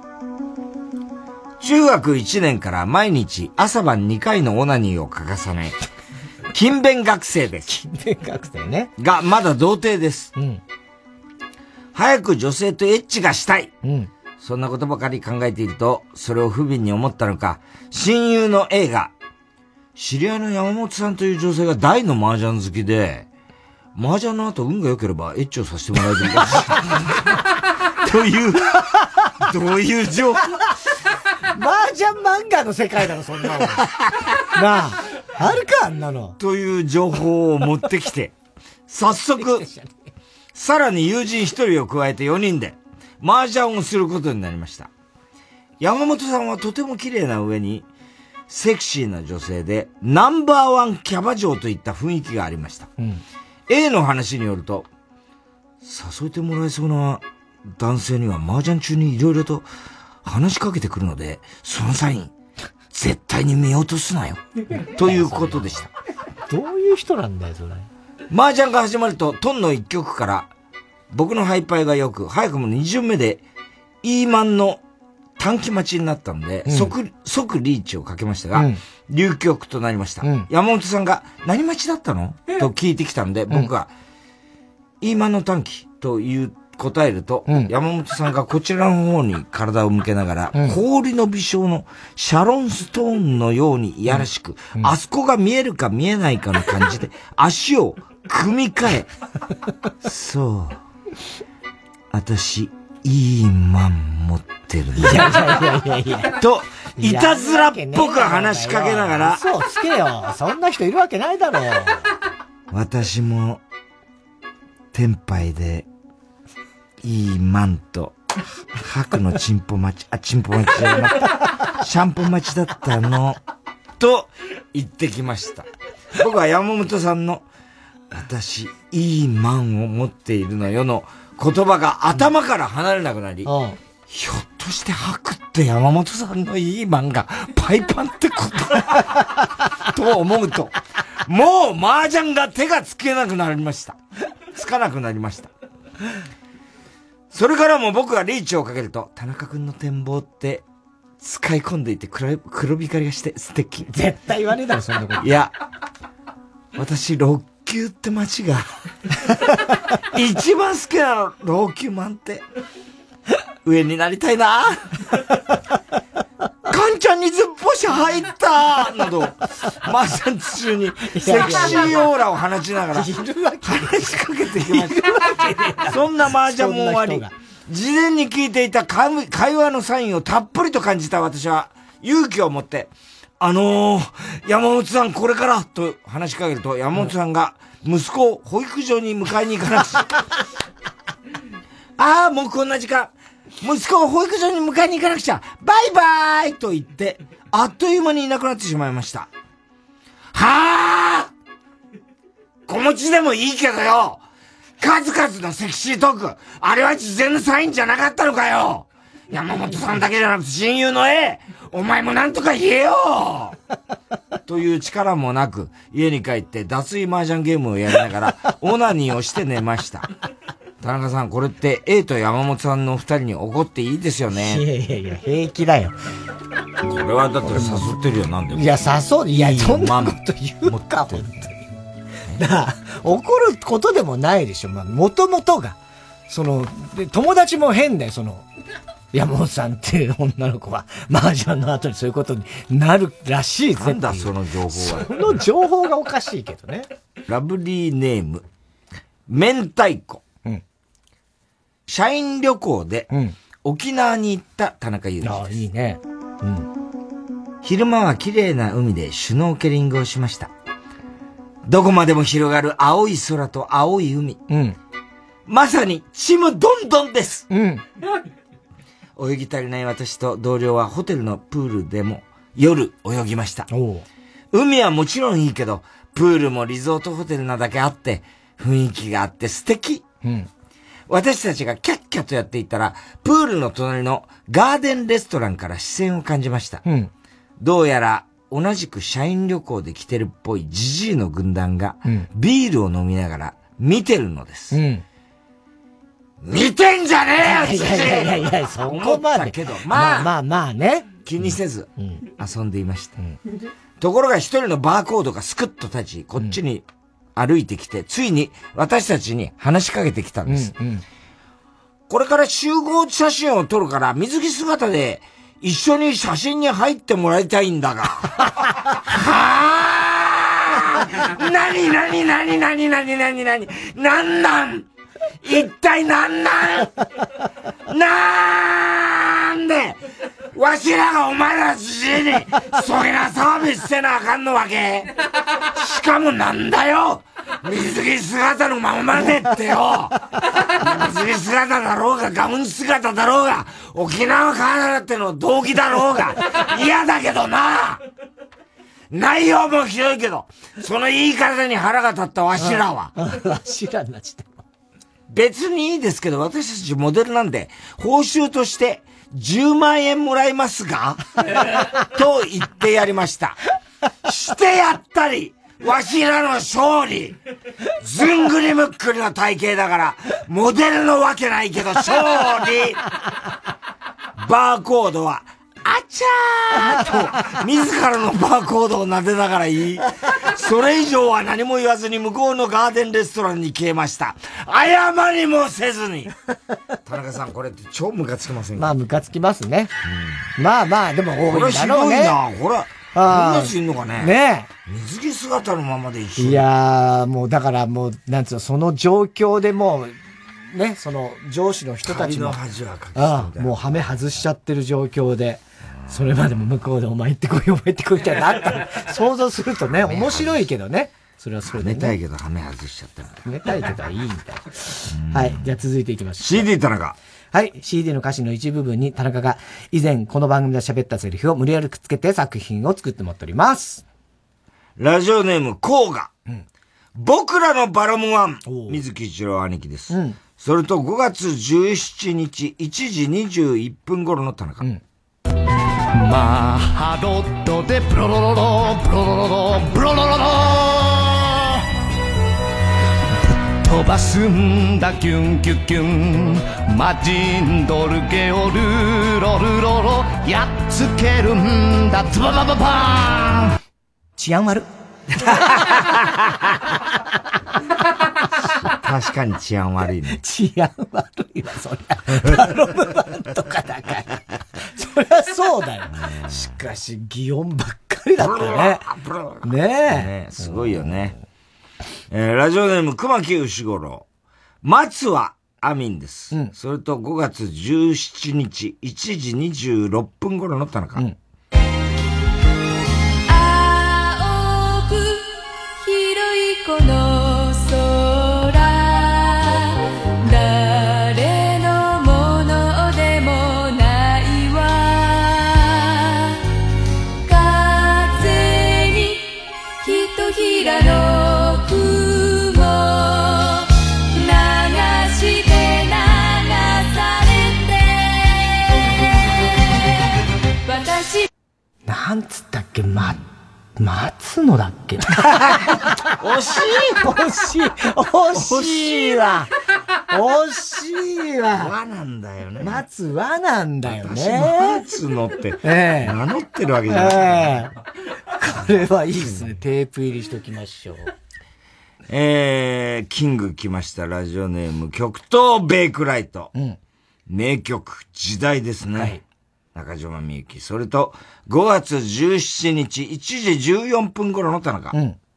中学1年から毎日朝晩2回のオナニーを欠かさない、勤勉学生です。 勤勉学生ね。 が、まだ童貞です。 うん。 早く女性とエッチがしたい。 うん。 そんなことばかり考えていると、それを不憫に思ったのか、親友の A が、知り合いの山本さんという女性が大の麻雀好きで、麻雀の後運が良ければエッチをさせてもらえるんだ。という、どういう情報麻雀漫画の世界だろ、そんなの。なあ、あるか、あんなの。 という情報を持ってきて、早速、さらに友人一人を加えて4人で、麻雀をすることになりました。山本さんはとても綺麗な上に、セクシーな女性で、ナンバーワンキャバ嬢といった雰囲気がありました。 うん、 A の話によると、誘ってもらえそうな男性には麻雀中に色々と話しかけてくるので、その際に、絶対に見落とすなよ。ということでした。 どういう人なんだよ、それ。 麻雀が始まると、トンの一曲から、僕のハイパイがよく、早くも2巡目で、E マンの短期待ちになったので、 うん、 即リーチをかけましたが、 うん、 流曲となりました。うん、山本さんが、何待ちだったのと聞いてきたので、僕が、E マンの短期という答えると、うん、山本さんがこちらの方に体を向けながら、うん、氷の微笑のシャロンストーンのようにいやらしく、うん、あそこが見えるか見えないかの感じで、足を組み替え、そう、私、いいマン持ってるんだ。 いやいや。 と、いたずらっぽく話しかけながら、 嘘つけよ。そんな人いるわけないだろう。 私も、テンパイで、いいマンと、白のチンポ待ちじゃなくて、シャンポ待ちだったの、と言ってきました。僕は山本さんの、私、いいマンを持っているのよの言葉が頭から離れなくなり、ひょっとして白って山本さんのいいマンがパイパンってことと思うと、もう麻雀が手がつかなくなりました。それからも僕がリーチをかけると、田中君の展望って使い込んでいて黒光りがして素敵。 絶対言わねえだろ、そんなこと。 いや、私、6級って街が、一番好きなの、老朽マンって、上になりたいな。カンちゃんにずっぽし入ったなど、麻雀中にセクシーオーラを放ちながら、話しかけてきました。そんな麻雀も終わり、事前に聞いていた会話のサインをたっぷりと感じた私は、勇気を持って、 山本さんこれからと話しかけると、山本さんが息子を保育所に迎えに行かなくちゃ。ああ、もうこんな時間。息子を保育所に迎えに行かなくちゃ。バイバーイと言って、あっという間にいなくなってしまいました。はぁ子持ちでもいいけどよ、数々のセクシートーク、あれは事前のサインじゃなかったのかよ。山本さんだけじゃなくて親友の A、お前もなんとか言えよという力もなく、家に帰って脱衣麻雀ゲームをやりながら、オナニーをして寝ました。田中さん、これって A と山本さんの二人に怒っていいですよね。 いや、平気だよ。 これはだって誘ってるよ、なんでも。 いや、いや、そんなこと言うか、本当に。だから、怒ることでもないでしょ。もともとが。友達も変だよ、山本さんっていう女の子は、麻雀の後にそういうことになるらしいぜ。 なんだ、その情報は。 その情報がおかしいけどね。 ラブリーネーム、明太子。社員旅行で、沖縄に行った田中裕二です。 ああ、いいね。 昼間は綺麗な海でシュノーケリングをしました。どこまでも広がる青い空と青い海。まさにちむどんどんです。泳ぎ足りない私と同僚はホテルのプールでも夜泳ぎました。海はもちろんいいけど、プールもリゾートホテルなだけあって、雰囲気があって素敵。私たちがキャッキャとやっていたら、プールの隣のガーデンレストランから視線を感じました。どうやら同じく社員旅行で来てるっぽいジジイの軍団が、ビールを飲みながら見てるのです。見てんじゃねえよ、ジジイ。 いや、そこまで。 けど、 まあね。 気にせず、遊んでいました。ところが一人のバーコードがスクッと立ち、こっちに歩いてきて、ついに私たちに話しかけてきたんです。これから集合写真を撮るから、水着姿で一緒に写真に入ってもらいたいんだが。はぁ何なんなん一体なんでわしらがお前らじじいにそげなサービスせなあかんのわけ。しかもなんだよ、水着姿のままでってよ。水着姿だろうがガウン姿だろうが沖縄からっての同期だろうが嫌だけどな。内容もひどいけど、その言い方に腹が立ったわしらは。 わしらになっちゃった。 別にいいですけど、私たちモデルなんで、報酬として10万円もらいますがと言ってやりました。してやったり、わしらの勝利。ずんぐりむっくりの体型だから、モデルのわけないけど、勝利。バーコードは、あちゃーと、自らのバーコードを撫でながら言い、それ以上は何も言わずに向こうのガーデンレストランに消えました。謝りもせずに。田中さん、これって超ムカつきませんか？ まあ、ムカつきますね。まあ、でも多いんだろうね。 これひどいな、これ。こんな人いんのかね。 ねえ。水着姿のままで一緒。 いやー、もうだからもう、なんつうの、その状況でもう、ね、その上司の人たちの、もうハメ外しちゃってる状況で、それまでも向こうでお前行ってこいみたいなあった想像するとね、面白いけどね。それはそれで、ね。 寝たいけどハメ外しちゃった。 寝たいけどはいいみたいな。はい。じゃあ続いていきましょう。 CD 田中。 はい。CD の歌詞の一部分に田中が以前この番組で喋ったセリフを無理やりくっつけて作品を作ってもらっております。 ラジオネームコウガ。僕らのバロムワン。水木一郎兄貴です。それと5月17日1時21分頃の田中。 マハドットでブロロロロブロロロロブロロロロ飛ばすんだキュンキュンキュンマジンドルゲオルロルロロやっつけるんだズババババーン治安悪確かに治安悪いね。 治安悪いわ、そりゃ。バロムワンとかだから。そりゃそうだよ。しかし、擬音ばっかりだったね。ねえ。すごいよね。ラジオネーム熊木牛五郎。松はアミンです。それと5月17日1時26分頃の田中。 の空誰のものでもないわ風にひとひらの雲流して流されて私なんつったっけ、松野だっけ惜しいわ。 和なんだよね。 和なんだよね。 松野って、名乗ってるわけじゃない。 これはいいですね。テープ入りしときましょう。 キング来ました。ラジオネーム、極東ベイクライト。名曲、時代ですね。中島みゆき。それと、5月17日、1時14分頃の田中。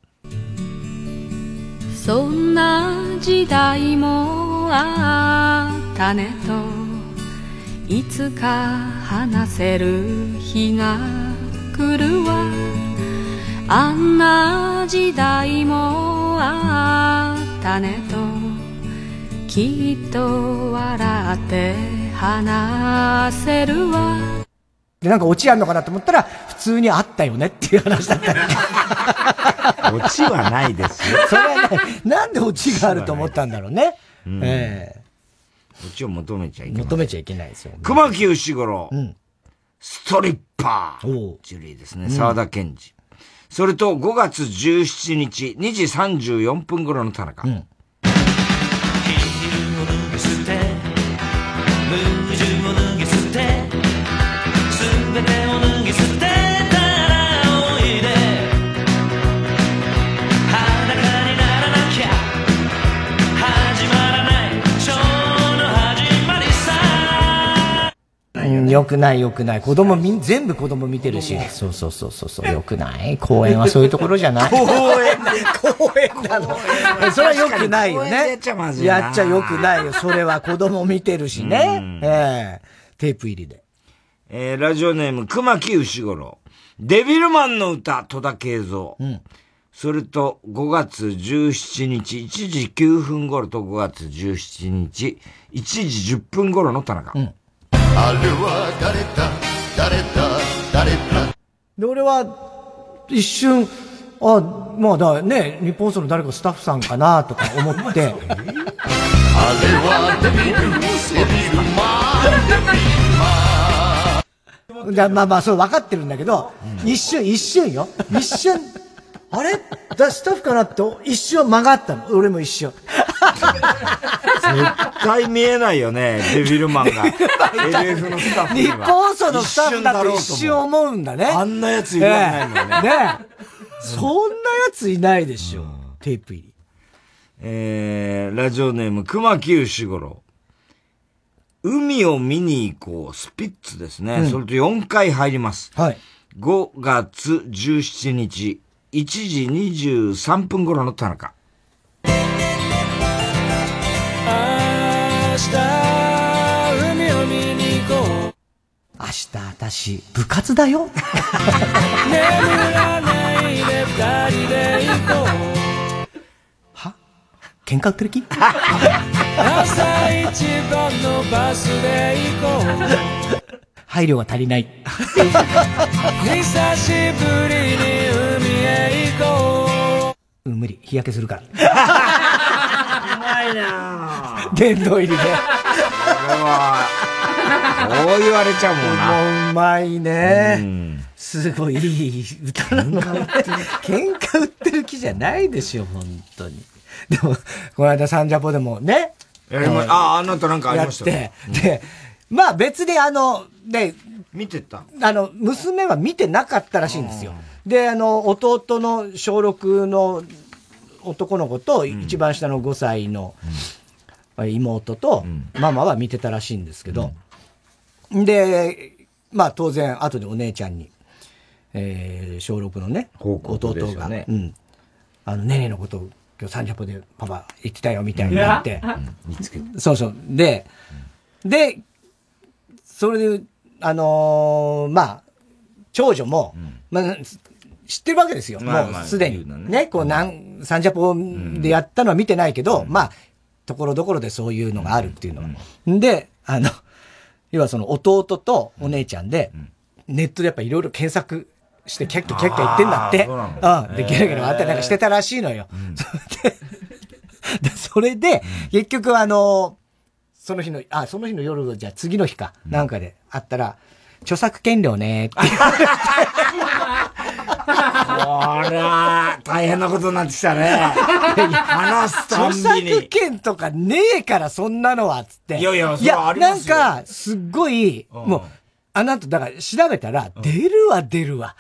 そんな時代もあったねといつか話せる日が来るわあんな時代もあったねときっと笑って話せるわで、なんかオチあんのかなと思ったら、普通にあったよねっていう話だった。 オチはないですよ。 それはね、なんでオチがあると思ったんだろうね。 オチを求めちゃいけない。 求めちゃいけないですよ。 熊木牛五郎。ストリッパー。ジュリーですね。沢田研二。それと5月17日、2時34分頃の田中。 よくない。全部子供見てるし。そう。よくない。公園はそういうところじゃない。公園なの。それはよくないよね。やっちゃよくないよ。それは子供見てるしね。テープ入りで。 ラジオネーム、熊木牛五郎。デビルマンの歌、戸田恵三。それと、5月17日、1時9分頃と5月17日、1時10分頃の田中。 あれは誰だで、俺は、一瞬、まあだね、日本放送の誰かスタッフさんかなとか思って。あれはデビルマン。 まあ、そう分かってるんだけど、一瞬よ。あれスタッフかなって一瞬曲がったの。俺も一瞬。 絶対見えないよね、デビルマンが。LF のスタッフには。 日本放送のスタッフだと一瞬思うんだね。 あんなやついないもんね。 そんなやついないでしょ。テープ入り。ラジオネーム、熊木牛五郎。海を見に行こう、スピッツですね。それと4回入ります。5月17日、1時23分頃の田中。 明日海を見に行こう明日私部活だよ眠らないで二人で行こうは喧嘩売ってる気朝一番のバスで行こう配慮が足りない久しぶりに海へ行こう無理日焼けするからうまいなぁ殿堂入りでこれはこう言われちゃうもんなもううまいねすごいいい歌なの喧嘩売ってる気じゃないでしょ本当にでもこの間サンジャポでもねあなたなんかありましたやってでまあ別にで見てた娘は見てなかったらしいんですよで弟の小6の男の子と一番下の5歳の妹とママは見てたらしいんですけど、でまあ当然後でお姉ちゃんに、小6のね弟が、ねねねのことを今日サンジャポでパパ言ってたよみたいになって、そうでそれでまあ長女も、まあ知ってるわけですよ。もうすでに。ね、こうサンジャポでやったのは見てないけど、まあ、ところどころでそういうのがあるっていうのは。で、要はその弟とお姉ちゃんで、ネットでやっぱいろいろ検索してキャッキャ言ってんだって。で、ゲラゲラあったりなんかしてたらしいのよ。で、それで、結局その日の夜、じゃあ次の日か、なんかであったら、著作権料ねって言われて。 これは、大変なことになってきたね。話すたんびに。 著作権とかねえから、そんなのは、つって。 いや、それはありますよ。 なんか、すっごい、もう、だから調べたら、出るわ。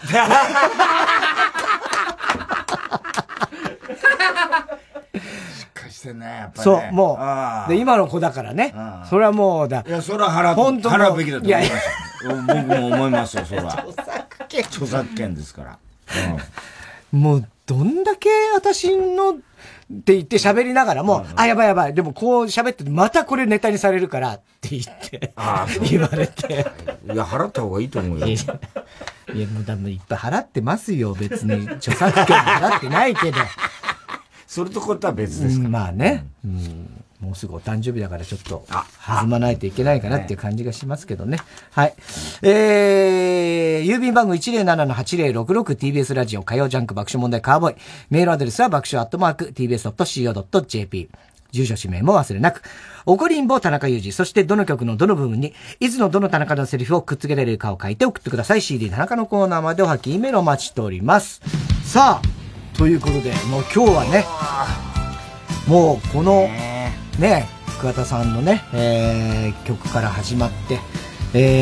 してね、やっぱり、ね。 そう、もう。で、今の子だからね。それはもういや、それは払うべきだと思いますよ。僕も思いますよ、それは。著作権ですから。 もう、どんだけ私のって言って喋りながらも、やばい。でもこう喋ってまたこれネタにされるからって言って、言われて。 いや、払った方がいいと思うよ。いや、 もう多分いっぱい払ってますよ、別に。著作権払ってないけど。 それとこれとは別ですから。 まあね。もうすぐお誕生日だからちょっと弾まないといけないかなっていう感じがしますけどね。はい。郵便番号 107-8066 TBS ラジオ火曜ジャンク爆笑問題カーボーイ。メールアドレスは爆笑@tbs.co.jp。住所氏名も忘れなく。おこりんぼ田中裕二、そしてどの曲のどの部分に、いつのどの田中のセリフをくっつけられるかを書いて送ってください。CD 田中のコーナーまでおはきメールお待ちしております。さあ、ということで、もう今日はね、もうこの、ね、桑田さんのね、曲から始まって、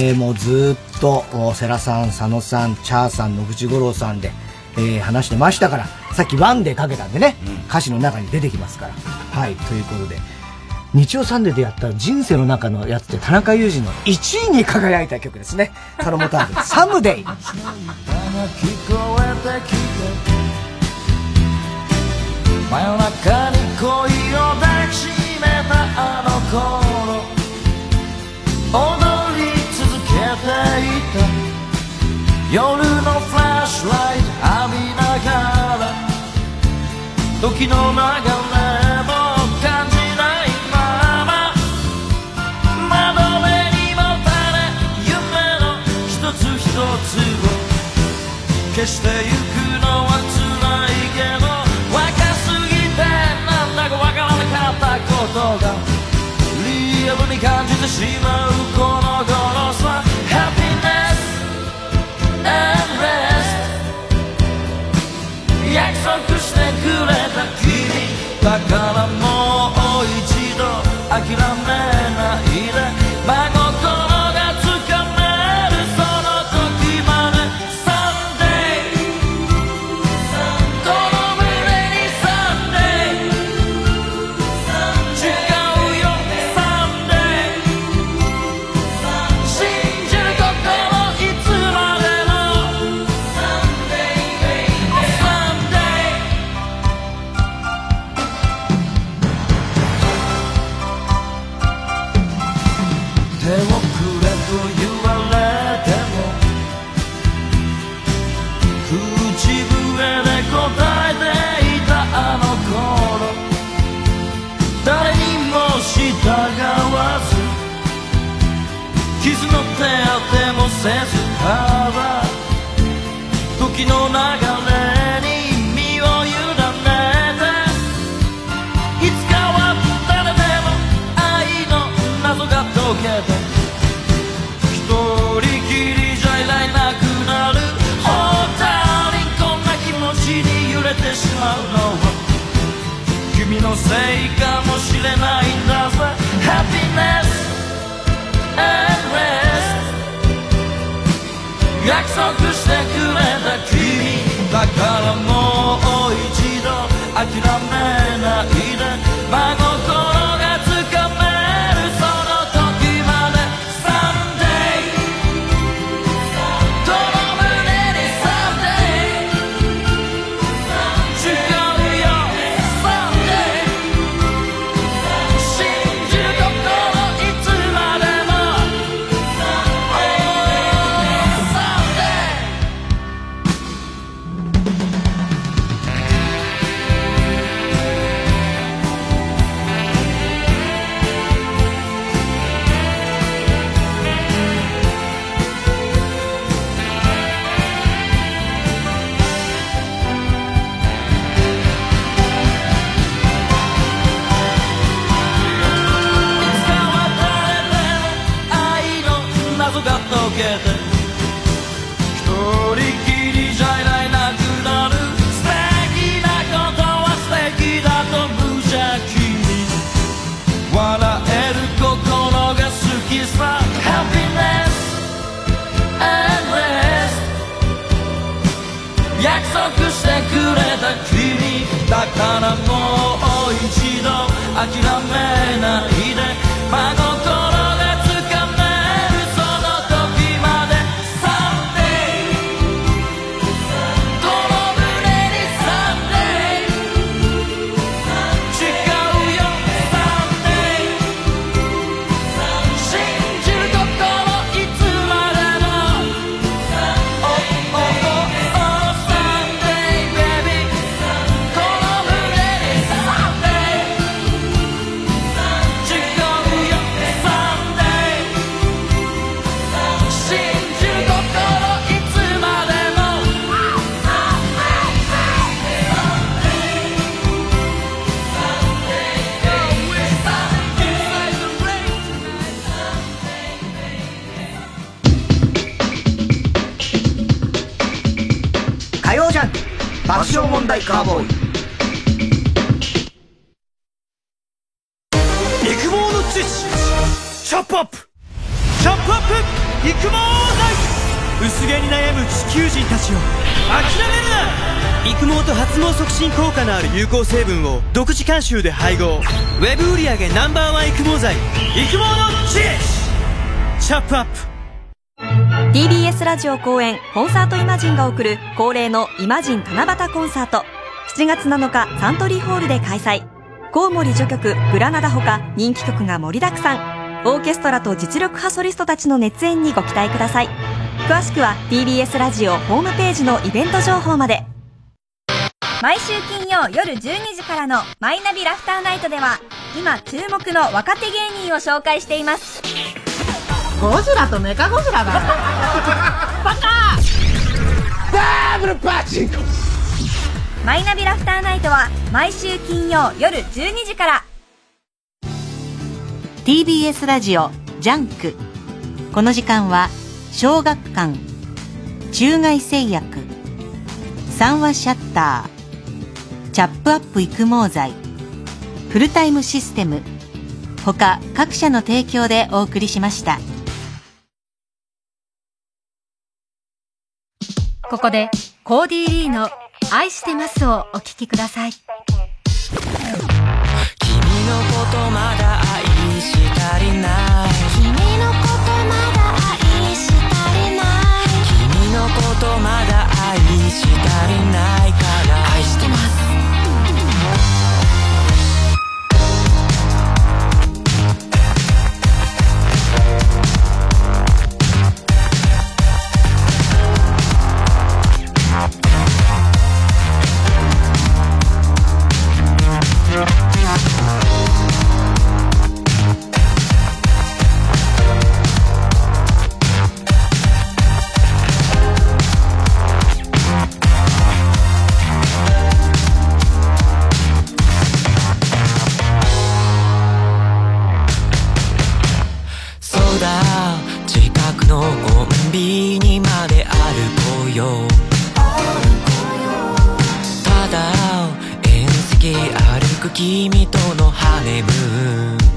もうずっと、世良さん、佐野さん、チャーさん、野口五郎さんで、話してましたから、さっきワンでかけたんでね、歌詞の中に出てきますから。はい、ということで、日曜サンデーでやった人生の中のやつで田中裕二の1位に輝いた曲ですね。カロモタール、サムデイ。 真夜中に恋を抱きしめたあの頃踊り続けていた夜のフラッシュライト浴びながら時の流れも感じないまま窓辺にもたれ夢の一つ一つを消してゆくのは辛いけどことがリアルに感じてしまうこの頃さ Happiness and rest 約束してくれた君だからもう一度諦めないで真心がつかめるその時まで Someday この胸に Someday傷の手当てもせずただ時の流れに身を委ねていつかは誰でも愛の謎が解けて一人きりじゃいられなくなるOh darlingこんな気持ちに揺れてしまうのは君のせいかもしれないんだぜ Happiness and rest 約束してくれた君だからもう一度諦めないで真心がつかめるその時まで Someday この胸に Someday 誓うよ Someday 信じる心い謎が解けて一人きりじゃいられなくなる素敵なことは素敵だと無邪気に笑える心が好きさ Happiness and rest 約束してくれた君だからもう一度諦めないで真心がつかめるその時まで Someday この胸に Someday 誓うよ Someday 信じる心いつまでも Oh oh oh oh Someday baby この胸に Someday 誓うよ Someday 信じる心いつまでも火曜ジャンク爆笑問題カーボーイ。 育毛の知識チャップアップチャップアップ育毛剤薄毛に悩む地球人たちを諦めるな育毛と発毛促進効果のある有効成分を独自監修で配合ウェブ売上 No.1 育毛剤育毛の知識チャップアップ TBS ラジオ公演コンサートイマジンが送る恒例のイマジン七夕コンサート7月7日サントリーホールで開催コウモリ序曲グラナダほか人気曲が盛りだくさんオーケストラと実力派ソリストたちの熱演にご期待ください詳しくは TBS ラジオホームページのイベント情報まで毎週金曜夜12時からのマイナビラフターナイトでは今注目の若手芸人を紹介していますゴジラとメカゴジラだバカダブルパチンコマイナビラフターナイトは毎週金曜夜12時から TBS ラジオジャンク。この時間は小学館、中外製薬、三話シャッター、チャップアップ育毛剤、フルタイムシステム他各社の提供でお送りしました。 ここでコーディー・リーの愛してますをお聞きください。 君のことまだ愛し足りない君のことまだ愛し足りない君のことまだ愛し足りないから愛してます君とのハネムーン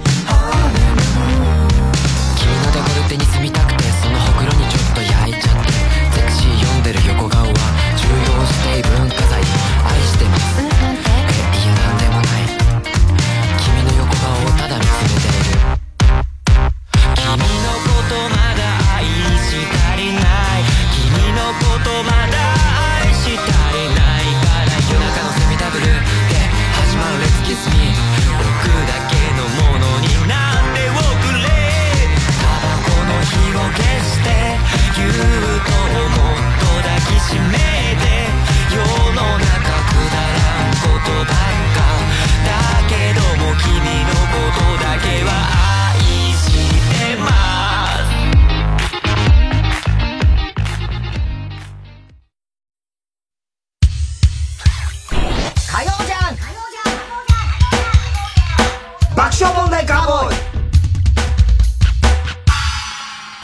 君のデコルテに住みたくてそのほくろにちょっと焼いちゃってセクシー読んでる横顔は重要指定文化財愛してますいやなんでもない君の横顔をただ見つめている君のことまだ愛し足りない君のことまだ愛し足りないから夜中のセミダブルで始まるレッツキスミ僕だけのものに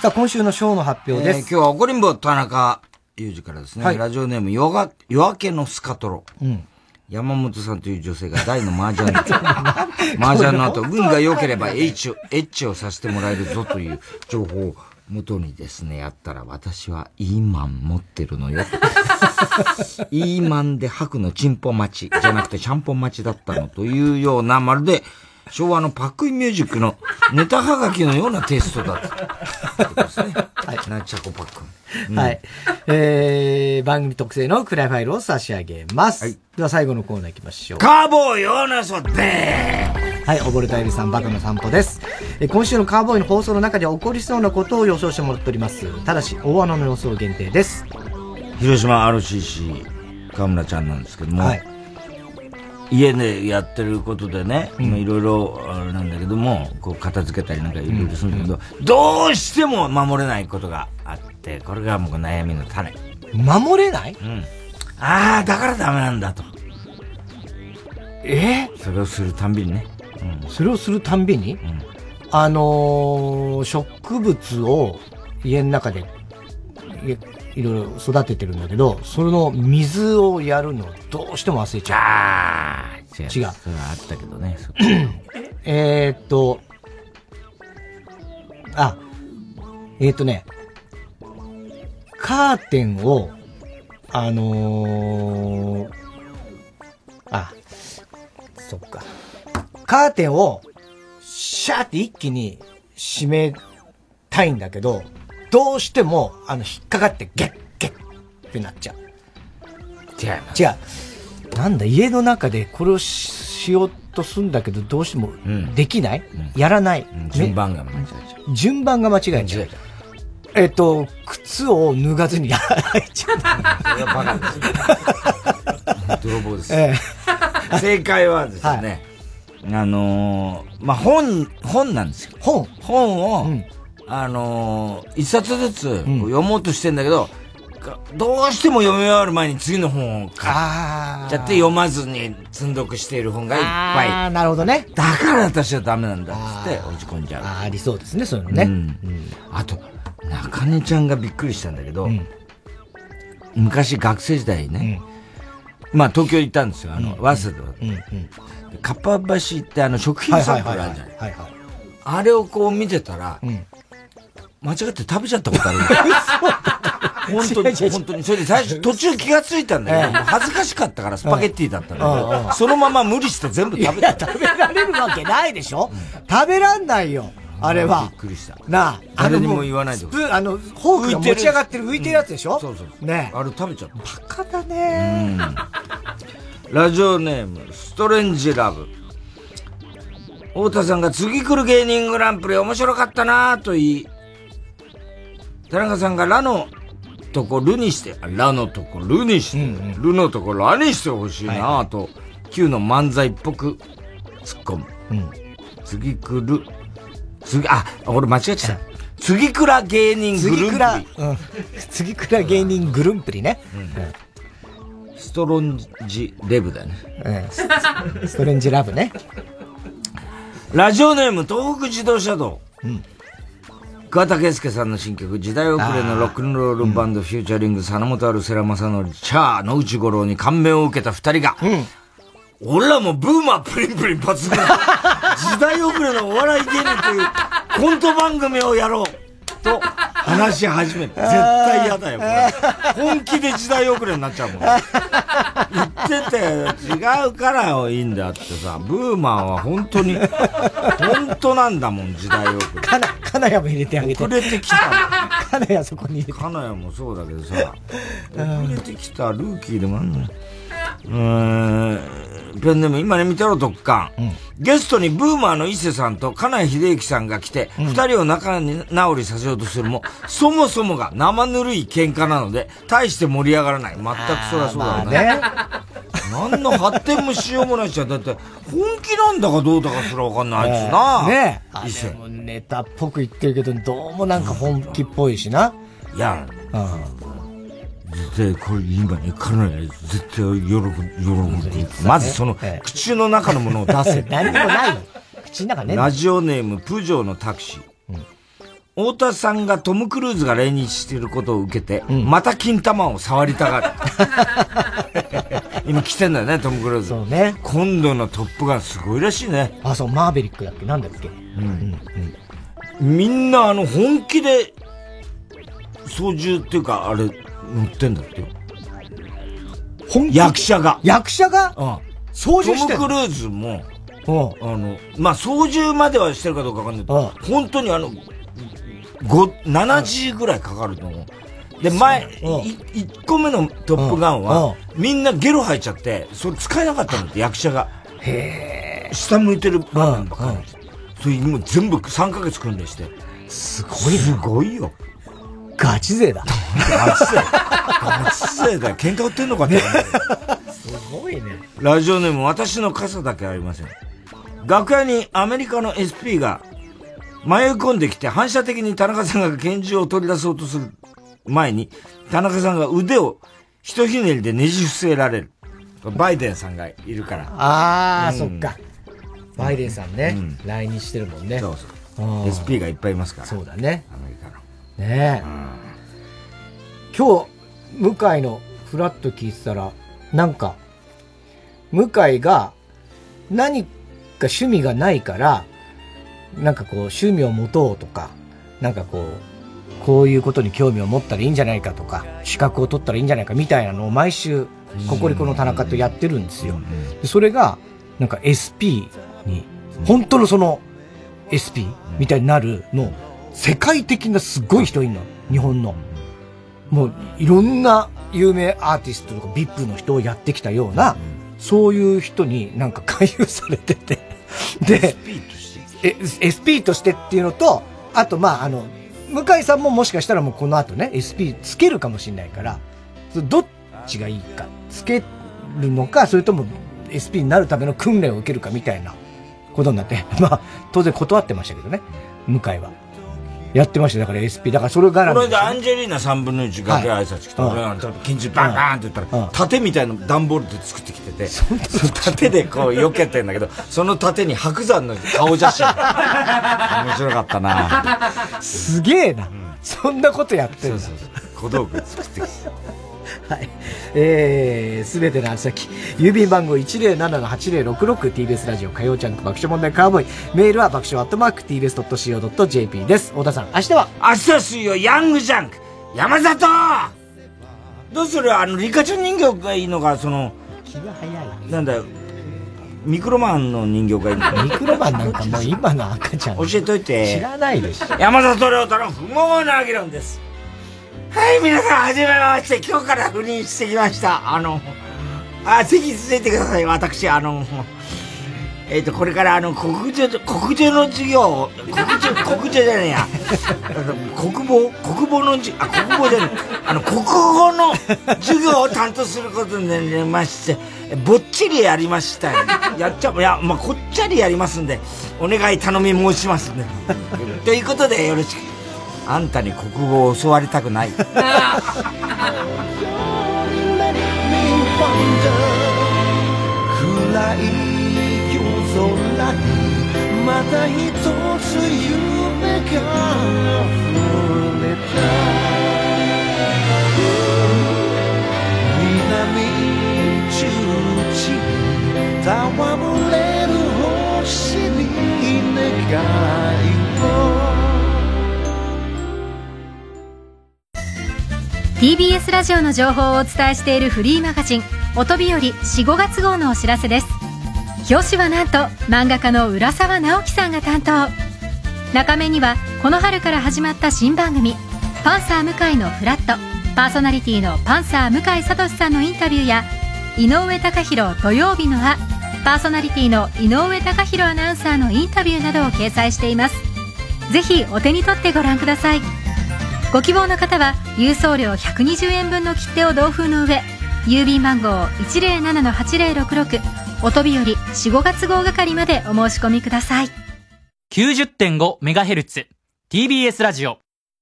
さあ、今週のショーの発表です。 今日は怒りんぼ田中裕二からですね、はい、ラジオネーム夜明けのスカトロ。山本さんという女性が大の麻雀の後、運が良ければエッチをさせてもらえるぞという情報を元にですね、やったら私はイーマン持ってるのよ。イーマンで吐くのチンポ待ちじゃなくてシャンポ待ちだったのというような、まるで昭和のパックインミュージックのネタはがきのようなテストだった。ことですね。はい。ナチャコパックン。 はい。番組特製のクライファイルを差し上げます。はい。では最後のコーナー行きましょう。 カーボーイヨーナソではい、溺れたエビさんバカの散歩です。今週のカーボーイの放送の中で起こりそうなことを予想してもらっております。ただし、大穴の予想限定です。 広島 RCC 河村ちゃんなんですけども、はい、家でやってることでね、いろいろなんだけども、こう片付けたりなんかいろいろするんだけど、どうしても守れないことがあって、これがもう悩みの種。 守れない？ ああ、だからダメなんだと。それをするたんびにね。 それをするたんびに、植物を家の中でいろいろ育ててるんだけど、その水をやるのどうしても忘れちゃう。違う。 それはあったけどね。 カーテンを、そっか。カーテンを、シャーって一気に閉めたいんだけど、どうしても、引っかかってゲッゲッってなっちゃう。違う。なんだ、家の中でこれをしようとするんだけど、どうしてもできない、やらない、 順番が間違えちゃう。 順番が間違えちゃう。靴を脱がずに履いちゃう。 それはバカです。泥棒です。正解はですね、本なんですよ。本を、一冊ずつ読もうとしてんだけど、どうしても読み終わる前に次の本を買っちゃって読まずに積んどくしている本がいっぱい。 ああ、なるほどね。 だから私はダメなんだって落ち込んじゃう。 ありそうですね、そういうのね。 あと、中根ちゃんがびっくりしたんだけど、昔学生時代ね、東京行ったんですよ、早稲田。かっぱ橋って食品サンプルあるじゃない。あれをこう見てたら、間違って食べちゃったことある。本当に。それで最初途中気がついたんだけど、恥ずかしかったからスパゲッティだったんだけど、そのまま無理して全部食べた。 食べられるわけないでしょ？食べらんないよ。あれは。 びっくりした。 なあ、 誰にも言わないで。 フォークが持ち上がってる浮いてるやつでしょ？ そう。 ねあれ食べちゃった。 バカだね。 ラジオネーム、ストレンジラブ。太田さんが次来る芸人グランプリ面白かったなぁと言い、田中さんがラのとこルにして、ラのとこルにして、ルのとこラにしてほしいなぁと、Q の漫才っぽく突っ込む。次来る、俺間違えちゃった。次来ら芸人グルンプリ。 次来ら芸人グルンプリね。 ストロンジレブだね。 ストレンジラブね。 ラジオネーム東北自動車道。桑田佳祐さんの新曲、時代遅れのロックンロールバンドフューチャリング、佐野元春、世良正則、チャー、野口五郎に感銘を受けた二人が、俺らもブーマープリンプリン抜群、時代遅れのお笑い芸人というコント番組をやろうと話し始める。絶対嫌だよ、これ。本気で時代遅れになっちゃうもん。言ってて違うからいいんだってさ、ブーマーは本当に、本当なんだもん、時代遅れ。 金谷も入れてあげて。 遅れてきた。 金谷そこに入れて。 金谷もそうだけどさ、遅れてきたルーキーでもあんの。ペンネーム今ね見てろドッカン、ゲストにブーマーの伊勢さんと金谷秀幸さんが来て、二人を仲直りさせようとするも、そもそもが生ぬるい喧嘩なので大して盛り上がらない。全くそりゃそうだね。何の発展もしようもないし、だって本気なんだかどうだかすら分かんないあいつな。 ねえ、伊勢ネタっぽく言ってるけどどうもなんか本気っぽいしな。 いや、絶対これ今ね、金谷絶対喜ぶ。まずその口の中のものを出せ。 何もないよ。口の中ね。 ラジオネームプジョーのタクシー。 太田さんがトム・クルーズが来日していることを受けて、また金玉を触りたがる。今来てんだよね、トム・クルーズ。 そうね。 今度のトップガンすごいらしいね。 あ、そう、マーベリックだっけなんだっけみんな本気で、操縦っていうか、あれ、乗ってんだってよ。役者が。 役者が操縦してんの？ トム・クルーズも、まあ、操縦まではしてるかどうかわかんないけど、本当に7時ぐらいかかると思う。で、1個目のトップガンは、みんなゲロ吐いちゃって、それ使えなかったんだって、役者が。下向いてる場面ばっかり。それもう全部3ヶ月訓練して。 すごいすごいよ。 ガチ勢だ。 ガチ勢だよ。喧嘩売ってんのかって。すごいね。 ラジオネーム、私の傘だけありません。楽屋にアメリカの SP が迷い込んできて、反射的に田中さんが拳銃を取り出そうとする前に、田中さんが腕をひとひねりでねじ伏せられる。バイデンさんがいるから。 そっか。バイデンさんね、来日してるもんね。 そうそう。SP がいっぱいいますから。 そうだね。 アメリカの。 ねえ。今日、向井のフラット聞いてたら、なんか、向井が何か趣味がないから、なんかこう趣味を持とうとか、なんかこういうことに興味を持ったらいいんじゃないかとか、資格を取ったらいいんじゃないかみたいなのを毎週、ココリコの田中とやってるんですよ。でそれが、なんか SP に、本当のその SP みたいになるの、世界的なすごい人いるの。日本の。もういろんな有名アーティストとか VIP の人をやってきたような、そういう人になんか勧誘されてて。で、SP としてっていうのと、あとまあ向井さんももしかしたらもうこの後ね、SP つけるかもしれないから、どっちがいいか、つけるのか、それとも SP になるための訓練を受けるかみたいなことになって、まあ当然断ってましたけどね、向井は。やってました。だから SP。だからそれがこれでアンジェリーナ3分の1楽屋挨拶来て、俺は拳銃バンバンって言ったら、盾みたいな段ボールで作ってきてて、その盾でこう避けてんだけど、その盾に白山の顔写真。面白かったな。 すげえな。そんなことやってるんだ。 そう。小道具作ってきて。 はい。すべての宛先、郵便番号 107-8066 TBS ラジオ火曜ジャンク爆笑問題カーボーイ。メールは爆笑@tbs.co.jp です。太田さん、明日は水曜ヤングジャンク山里どうするリカちゃん人形がいいのか、 気が早い。 なんだよ。ミクロマンの人形がいいのか。 ミクロマンなんかもう今の赤ちゃん。 教えといて。 知らないでしょ。 山里亮太の不毛な議論です。はい、皆さん、はじめまして。今日から赴任してきました。席続いてください。私、これから国女の授業、国女じゃねえや。国語の国語じゃねえ。国語の授業を担当することになりまして、ぼっちりやりましたよ。まあ、こっちゃりやりますんで、お願い頼み申しますね。ということで、よろしく。あんたに国語を教わりたくない。 暗い夜空にまた一つ夢が溢れた。南中地に戯れる星に願いを。 TBS ラジオの情報をお伝えしているフリーマガジン音日和 4,5 月号のお知らせです。表紙はなんと漫画家の浦沢直樹さんが担当。中面にはこの春から始まった新番組パンサー向井のフラット、パーソナリティのパンサー向井聡さんのインタビューや井上貴博土曜日のあ、パーソナリティの井上貴博アナウンサーのインタビューなどを掲載しています。ぜひお手に取ってご覧ください。ご希望の方は郵送料120円分の切手を同封の上、郵便番号 107-8066 音日和 4,5 月号係までお申し込みください。 90.5MHz TBS ラジオ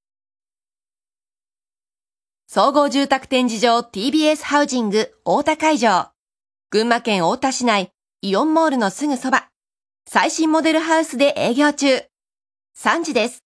総合住宅展示場 TBS ハウジング太田会場。群馬県太田市内イオンモールのすぐそば。最新モデルハウスで営業中。3時です。